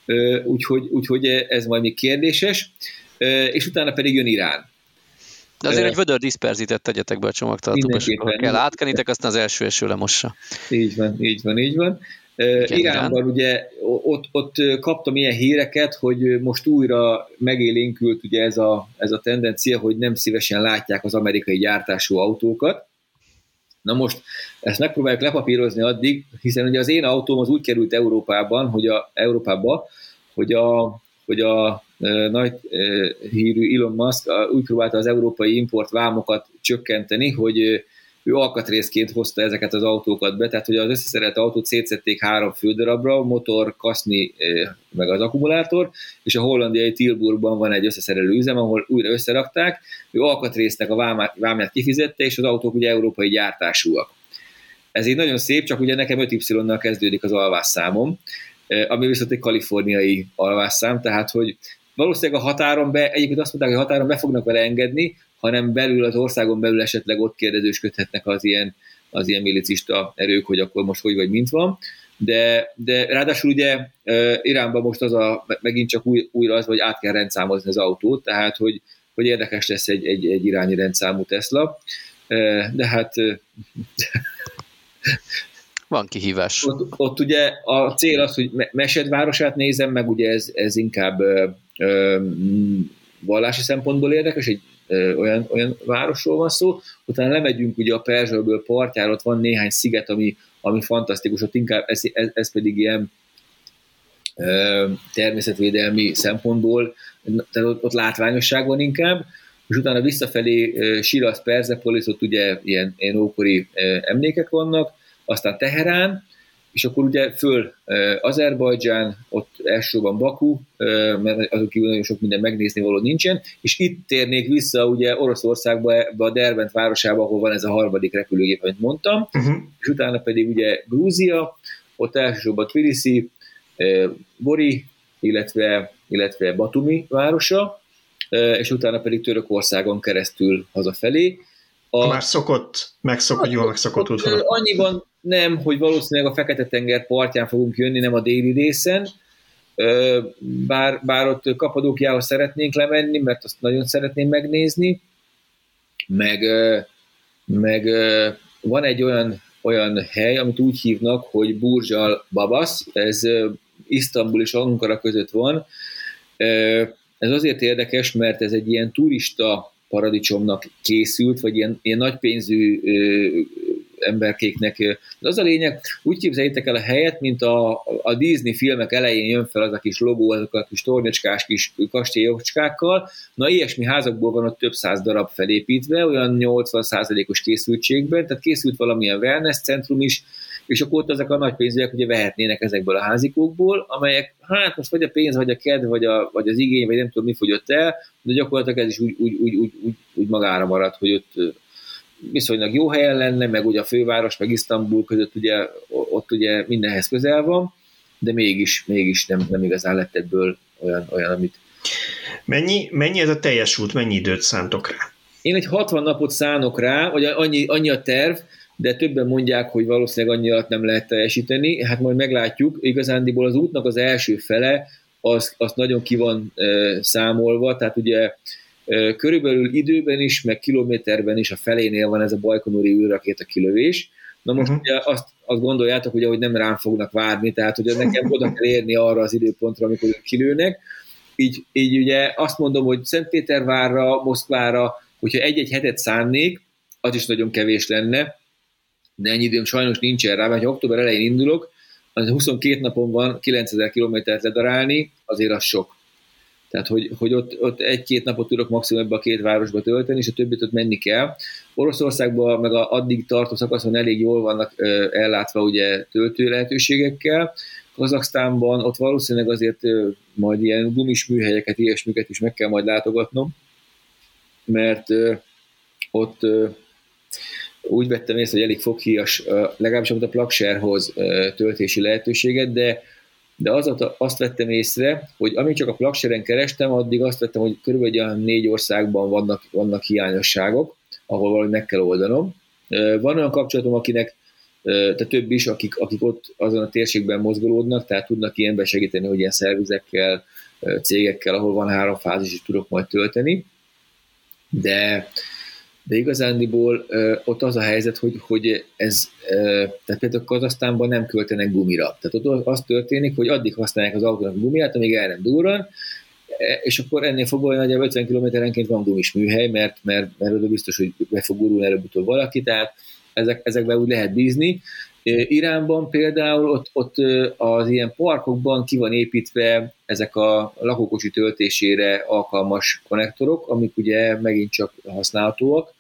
Úgyhogy ez majd még kérdéses. És utána pedig jön Irán. De azért egy vödör diszperzitett tegyetek be a csomagtartóba, és akkor kell átkenitek, aztán az első eső lemossa. Így van. Iránban ugye ott kaptam ilyen híreket, hogy most újra megélénkült ugye ez a tendencia, hogy nem szívesen látják az amerikai gyártású autókat. Na most ezt megpróbáljuk lepapírozni addig, hiszen ugye az én autóm az úgy került Európába, hogy a nagy hírű Elon Musk úgy próbálta az európai importvámokat csökkenteni, hogy ő alkatrészként hozta ezeket az autókat be, tehát hogy az összeszerelt autót szétszették 3 fődarabra, a motor, kaszni, meg az akkumulátor, és a hollandiai Tilburgban van egy összeszerelő üzem, ahol újra összerakták, ő alkatrésznek a vámját kifizette, és az autók ugye európai gyártásúak. Ez így nagyon szép, csak ugye nekem 5Y-nal kezdődik az alvásszámom, ami viszont egy kaliforniai alvásszám, tehát hogy valószínűleg a határon egyébként azt mondták, hogy a határon be fognak vele engedni, hanem belül az országon belül esetleg ott kérdezősködhetnek az ilyen milicista erők, hogy akkor most hogy vagy mint van. De ráadásul ugye Iránban most megint csak újra az, hogy át kell rendszámozni az autót, tehát hogy érdekes lesz egy iráni rendszámú Tesla. De hát... Van kihívás. Ott ugye a cél az, hogy Mesed városát nézem, meg ugye ez inkább vallási szempontból érdekes, egy olyan városról van szó. Utána lemegyünk ugye a Perzsa-öböl partjára, ott van néhány sziget, ami fantasztikus, ott inkább ez pedig ilyen természetvédelmi szempontból, tehát ott látványosság van inkább, és utána visszafelé Shiraz, Persepolis, ott ugye ilyen ókori emlékek vannak, aztán Teherán, és akkor ugye föl Azerbajdzsán, ott elsősorban Baku, mert azok kívül nagyon sok minden megnézni való nincsen, és itt térnék vissza ugye Oroszországba, a Derbent városába, ahol van ez a harmadik repülőgép, amit mondtam, és utána pedig ugye Grúzia, ott elsősorban Tbilisi, Bori, illetve Batumi városa, és utána pedig Törökországon keresztül hazafelé. Már jól megszokott útvonal. Annyiban nem, hogy valószínűleg a Fekete-tenger partján fogunk jönni, nem a déli részen, bár ott Kapadókiához szeretnénk lemenni, mert azt nagyon szeretném megnézni, meg van egy olyan hely, amit úgy hívnak, hogy Burj Al Babas, ez Isztambul és Ankara között van. Ez azért érdekes, mert ez egy ilyen turista paradicsomnak készült, vagy ilyen nagypénzű emberkéknek. Az a lényeg, úgy képzeljétek el a helyet, mint a Disney filmek elején jön fel az a kis logó, azok a kis tornyocskás kis kastélyocskákkal. Na, ilyesmi házakból van ott több száz darab felépítve, olyan 80%-os készültségben, tehát készült valamilyen wellness centrum is, és akkor ott ezek a nagy pénzűek ugye vehetnének ezekből a házikókból, amelyek hát most vagy a pénz, vagy a kedv, vagy az igény, vagy nem tudom mi fogyott el, de gyakorlatilag ez is úgy magára maradt, hogy ott viszonylag jó helyen lenne, meg ugye a főváros, meg Isztambul között ugye, ott ugye mindenhez közel van, de mégis nem igazán lett ebből olyan amit... Mennyi ez a teljes út, mennyi időt szántok rá? Én egy 60 napot szánok rá, vagy annyi a terv, de többen mondják, hogy valószínűleg annyi alatt nem lehet teljesíteni, hát majd meglátjuk. Igazándiból az útnak az első fele, az nagyon ki van számolva, tehát ugye körülbelül időben is, meg kilométerben is a felénél van ez a bajkonuri űrrakéta kilövés. Na most ugye azt gondoljátok, ugye, hogy nem rám fognak várni, tehát ugye nekem oda kell érni arra az időpontra, amikor ők kilőnek. Így ugye azt mondom, hogy Szentpétervárra, Moszkvára, hogyha egy-egy hetet szánnék, az is nagyon kevés lenne, de ennyi időm sajnos nincsen rá, mert ha október elején indulok, az 22 napon van 9000 kilométert ledarálni, azért az sok. Tehát, hogy ott egy-két napot tudok maximum ebbe a két városba tölteni, és a többit ott menni kell. Oroszországban meg addig tartó szakaszon elég jól vannak ellátva ugye töltő lehetőségekkel. Kazaksztánban ott valószínűleg azért majd ilyen gumis műhelyeket, ilyesmiket is meg kell majd látogatnom, mert ott úgy vettem észre, hogy elég foghíjas, legalábbis a PlugShare-hoz töltési lehetőséget, de azt vettem észre, hogy amíg csak a PlugShare-en kerestem, addig azt vettem, hogy körülbelül 4 országban vannak hiányosságok, ahol valahogy meg kell oldanom. Van olyan kapcsolatom, akinek, tehát több is, akik ott azon a térségben mozgolódnak, tehát tudnak ilyenben segíteni, hogy ilyen szervizekkel, cégekkel, ahol van 3 fázis, is tudok majd tölteni. De igazándiból ott az a helyzet, hogy ez, tehát például Kazahsztánban nem költenek gumira. Tehát ott az történik, hogy addig használják az autónak a gumiját, amíg el nem durran, és akkor ennél fogva nagyjából 50 km-enként van gumis műhely, mert oda biztos, hogy be fog gurulni előbb-utóbb valaki, tehát ezekben úgy lehet bízni. Iránban például ott az ilyen parkokban ki van építve ezek a lakókocsi töltésére alkalmas konnektorok, amik ugye megint csak használhatóak.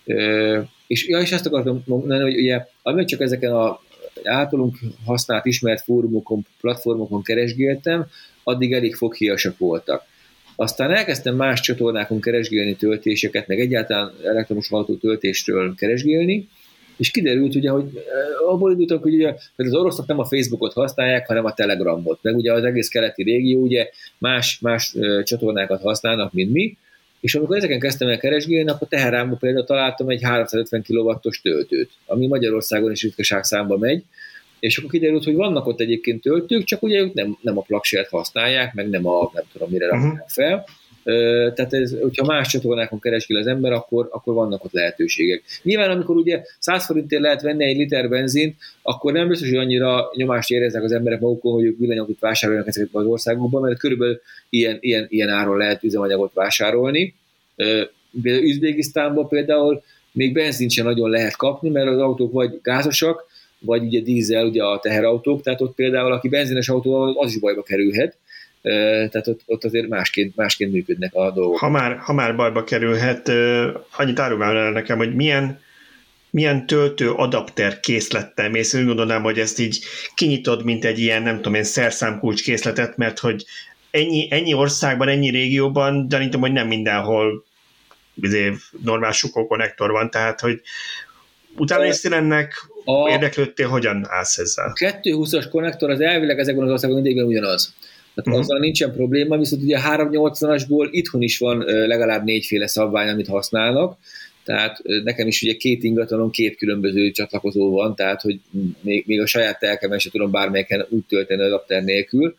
És azt akartam mondani, hogy ugye, amíg csak ezeken az általunk használt ismert fórumokon, platformokon keresgéltem, addig elég foghíjasak voltak. Aztán elkezdtem más csatornákon keresgélni töltéseket, meg egyáltalán elektromos autó töltésről keresgélni, és kiderült ugye, hogy abból indultak, hogy ugye, az oroszok nem a Facebookot használják, hanem a Telegramot, meg ugye az egész keleti régió ugye más csatornákat használnak, mint mi, és amikor ezeken kezdtem el keresgélni, akkor Teheránban például találtam egy 350 kW-os töltőt, ami Magyarországon is ritkaság számba megy, és akkor kiderült, hogy vannak ott egyébként töltők, csak ugye ők nem a PlugShare-t használják, meg nem tudom mire rakják fel. Tehát hogyha más csatornákon keresgél az ember, akkor vannak ott lehetőségek. Nyilván, amikor ugye 100 forintért lehet venni egy liter benzint, akkor nem biztos, hogy annyira nyomást éreznek az emberek magukon, hogy ők villanyautót vásároljanak ezekben az országokban, mert körülbelül ilyen áron lehet üzemanyagot vásárolni. Például Üzbegisztánban például még benzint sem nagyon lehet kapni, mert az autók vagy gázosak, vagy ugye dízel, ugye a teherautók, tehát ott például aki benzines autóval, az is bajba kerülhet. Tehát ott azért másként működnek a dolgok. Ha már bajba kerülhet, annyit árulnál el nekem, hogy milyen töltő adapter készlettel mész, úgy gondolnám, hogy ezt így kinyitod, mint egy ilyen, nem tudom én, szerszámkulcs készletet, mert hogy ennyi országban, ennyi régióban, gyanítom, hogy nem mindenhol normál sukó konnektor van, tehát hogy utána néztél ennek, érdeklődtél, hogyan állsz ezzel? A 220-as konnektor az elvileg ezekben az országban mindig ugyanaz. Tehát azzal nincsen probléma, viszont ugye a 380-asból itthon is van legalább 4 féle szabvány, amit használnak, tehát nekem is ugye 2 ingatlanon 2 különböző csatlakozó van, tehát hogy még a saját telkemen sem tudom bármelyiken úgy tölteni adapter nélkül,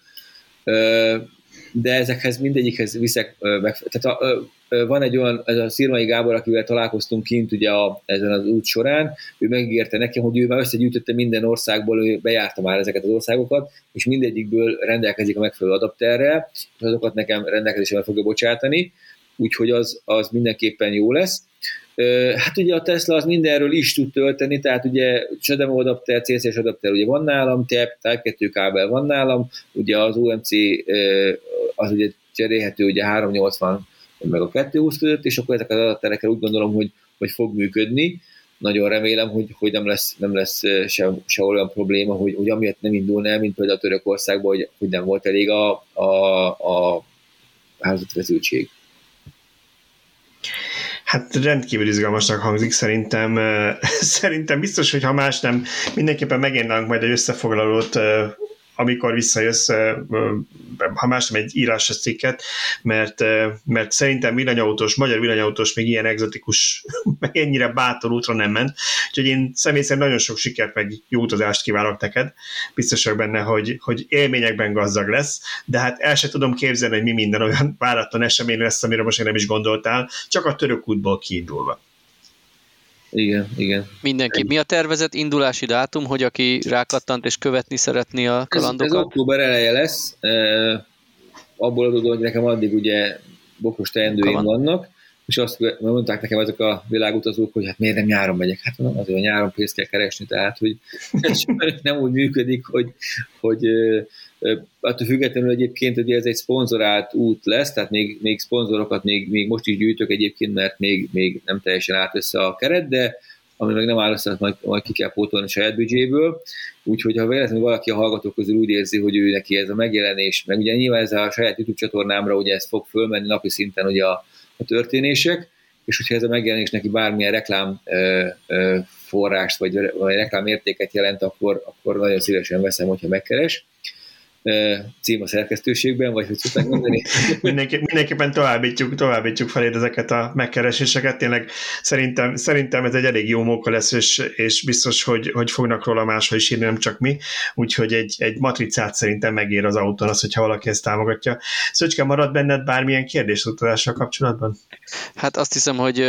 de ezekhez mindegyikhez viszek meg. Tehát van egy olyan, ez a Szirmai Gábor, akivel találkoztunk kint ugye ezen az út során, ő megígérte nekem, hogy ő már összegyűjtötte minden országból, ő bejárta már ezeket az országokat, és mindegyikből rendelkezik a megfelelő adapterrel, és azokat nekem rendelkezésre fogja bocsátani. úgyhogy az mindenképpen jó lesz. Hát ugye a Tesla az mindenről is tud tölteni, tehát ugye CHAdeMO adapter, CCS adapter ugye van nálam, Type 2 kábel van nálam, ugye az UMC az ugye cserélhető ugye 380 meg a 220 között, és akkor ezek az adapterekkel úgy gondolom, hogy fog működni. Nagyon remélem, hogy nem lesz se olyan probléma, hogy amiatt nem indulna el, mint például a Törökországban, hogy nem volt elég a hálózatvezettség. Hát rendkívül izgalmasnak hangzik, szerintem biztos, hogy ha más nem, mindenképpen megérnánk majd egy összefoglalót, amikor visszajössz, ha más nem egy írásos cikket, mert szerintem magyar villanyautós még ilyen egzotikus, meg ennyire bátor útra nem ment, úgyhogy én személy szerint nagyon sok sikert, meg jó utazást kívánok neked, biztos vagyok benne, hogy élményekben gazdag lesz, de hát el sem tudom képzelni, hogy mi minden olyan váratlan esemény lesz, amire most nem is gondoltál, csak a török útból kiindulva. Igen. Mindenképp. Mi a tervezett indulási dátum, hogy aki rákattant és követni szeretné a kalandokat? Ez október eleje lesz, abból adódóan, hogy nekem addig ugye bokros teendőim vannak, és azt mondták nekem ezek a világutazók, hogy hát miért nem nyáron megyek. Hát mondom, azért a nyáron pénzt kell keresni, tehát hogy ez nem úgy működik, hogy attól függetlenül egyébként, hogy ez egy szponzorált út lesz, tehát még szponzorokat még most is gyűjtök egyébként, mert még nem teljesen állt össze a keret, de ami meg nem áll össze, majd ki kell pótolni a saját büdzséből. Úgyhogy ha véletlenül valaki a hallgatók közül úgy érzi, hogy ő neki ez a megjelenés, meg ugye nyilván ez a saját YouTube csatornámra ugye ez fog fölmenni napi szinten ugye a történések, és hogyha ez a megjelenés neki bármilyen reklám forrást, vagy reklám értéket jelent, akkor nagyon szívesen veszem, hogyha megkeres. Cím a szerkesztőségben, vagy hogy szokták mondani? Mindenképpen továbbítjuk felé ezeket a megkereséseket. Tényleg szerintem ez egy elég jó móka lesz, és biztos, hogy fognak róla máshol is írni, nem csak mi. Úgyhogy egy matricát szerintem megér az autón az, hogyha valaki ezt támogatja. Szöcske, marad benned bármilyen kérdés utazással kapcsolatban? Hát azt hiszem, hogy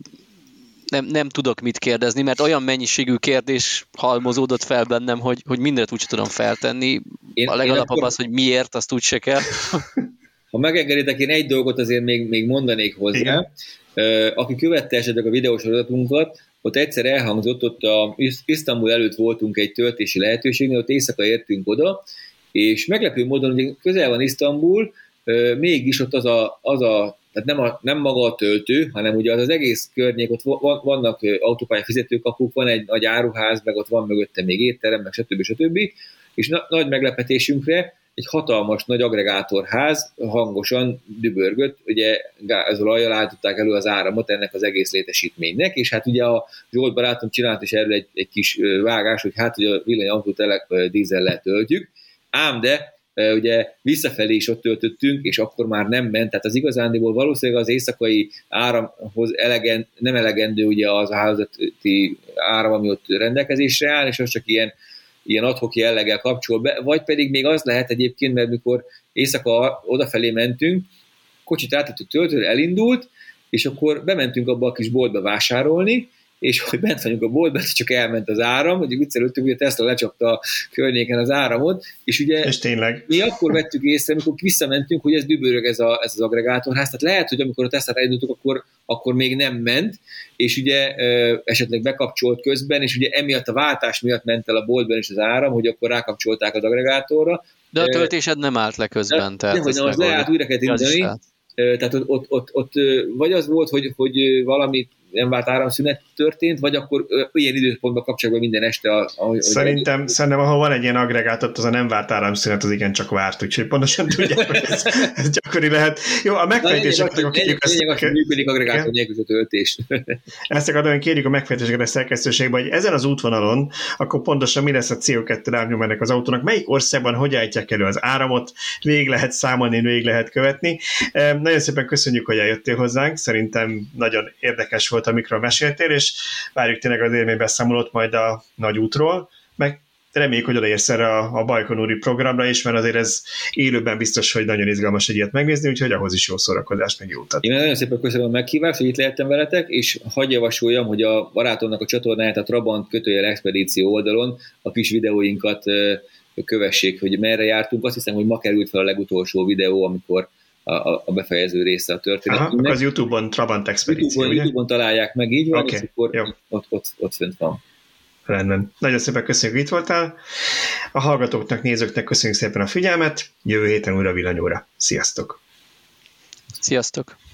nem tudok mit kérdezni, mert olyan mennyiségű kérdés halmozódott fel bennem, hogy mindent úgy tudom feltenni. A legalapabb az, hogy miért, azt úgy se kell. Ha megengeditek, én egy dolgot azért még mondanék hozzá. Igen. Aki követte esetleg a videósorozatunkat, ott egyszer elhangzott, ott Isztambul előtt voltunk egy töltési lehetőségnél, ott éjszaka értünk oda, és meglepő módon, hogy közel van Isztambul, mégis ott tehát nem maga a töltő, hanem ugye az egész környék, ott vannak autópálya fizetőkapuk, van egy nagy áruház, meg ott van mögötte még étterem, meg stb. És nagy meglepetésünkre egy hatalmas nagy agregátorház hangosan dübörgött, ugye gázolajjal állították elő az áramot ennek az egész létesítménynek, és hát ugye a Zsolt barátom csinált is erről egy kis vágás, hogy hát ugye a villanyautót dízellel töltjük, ám de ugye visszafelé is ott töltöttünk, és akkor már nem ment, tehát az igazándiból valószínűleg az éjszakai áramhoz nem elegendő ugye az a hálózati áram, ami ott rendelkezésre áll, és az csak ilyen ad-hoc jelleggel kapcsol be, vagy pedig még az lehet egyébként, mert mikor éjszaka odafelé mentünk, kocsit áttettük töltőre, elindult, és akkor bementünk abba a kis boltba vásárolni, és hogy bent vagyunk a boltban, csak elment az áram, hogy viccelődtünk, hogy a Tesla lecsapta a környéken az áramot, és ugye és tényleg. Mi akkor vettük észre, amikor visszamentünk, hogy ez dübörög ez az agregátorház, tehát lehet, hogy amikor a Teslát elindultuk, akkor még nem ment, és ugye esetleg bekapcsolt közben, és ugye emiatt a váltás miatt ment el a boltban is az áram, hogy akkor rákapcsolták az agregátorra. De a töltésed nem állt le közben. Hogy az leállt, újra kell indítani. Tehát ott vagy az volt, hogy valami nem várt áramszünet történt, vagy akkor ilyen időpontban kapcsolatban minden este. Szerintem ahol van egy ilyen agregátor, az a nem várt áramszünet, az igen csak várt, úgyhogy pontosan tudják, hogy ez gyakori lehet. Jó, a megfejtéseket akkor kérjük ezt. Lényeg az, hogy működik agregátor nélkül a töltés. Ezt akarom, kérjük a megfejtéseket a szerkesztőségben, hogy ezen az útvonalon, akkor pontosan mi lesz a CO2 lábnyom ennek az autónak, melyik országban hogy állítják elő az áramot, végig lehet számolni, végig lehet követni. Nagyon szépen köszönjük, hogy eljöttél hozzánk, szerintem nagyon érdekes volt, amikről meséltél, és várjuk tényleg az élménybeszámolót majd a nagy útról, meg reméljük, hogy odaérsz erre a Bajkonúri programra is, mert azért ez élőben biztos, hogy nagyon izgalmas egy ilyet megnézni, úgyhogy ahhoz is jó szórakozást, meg jó utat. Én nagyon szépen köszönöm a meghívást, hogy itt lehettem veletek, és hadd javasoljam, hogy a barátomnak a csatornáját a Trabant _expedíció oldalon a kis videóinkat kövessék, hogy merre jártunk. Azt hiszem, hogy ma került fel a legutolsó videó, amikor a befejező része a történetünknek. Aha, az YouTube-on Trabant Expedíció, ugye? YouTube-on találják meg, így van, Okay, és akkor ott fönt van. Rendben. Nagyon szépen köszönjük, hogy itt voltál. A hallgatóknak, nézőknek köszönjük szépen a figyelmet. Jövő héten újra Villanyóra. Sziasztok! Sziasztok!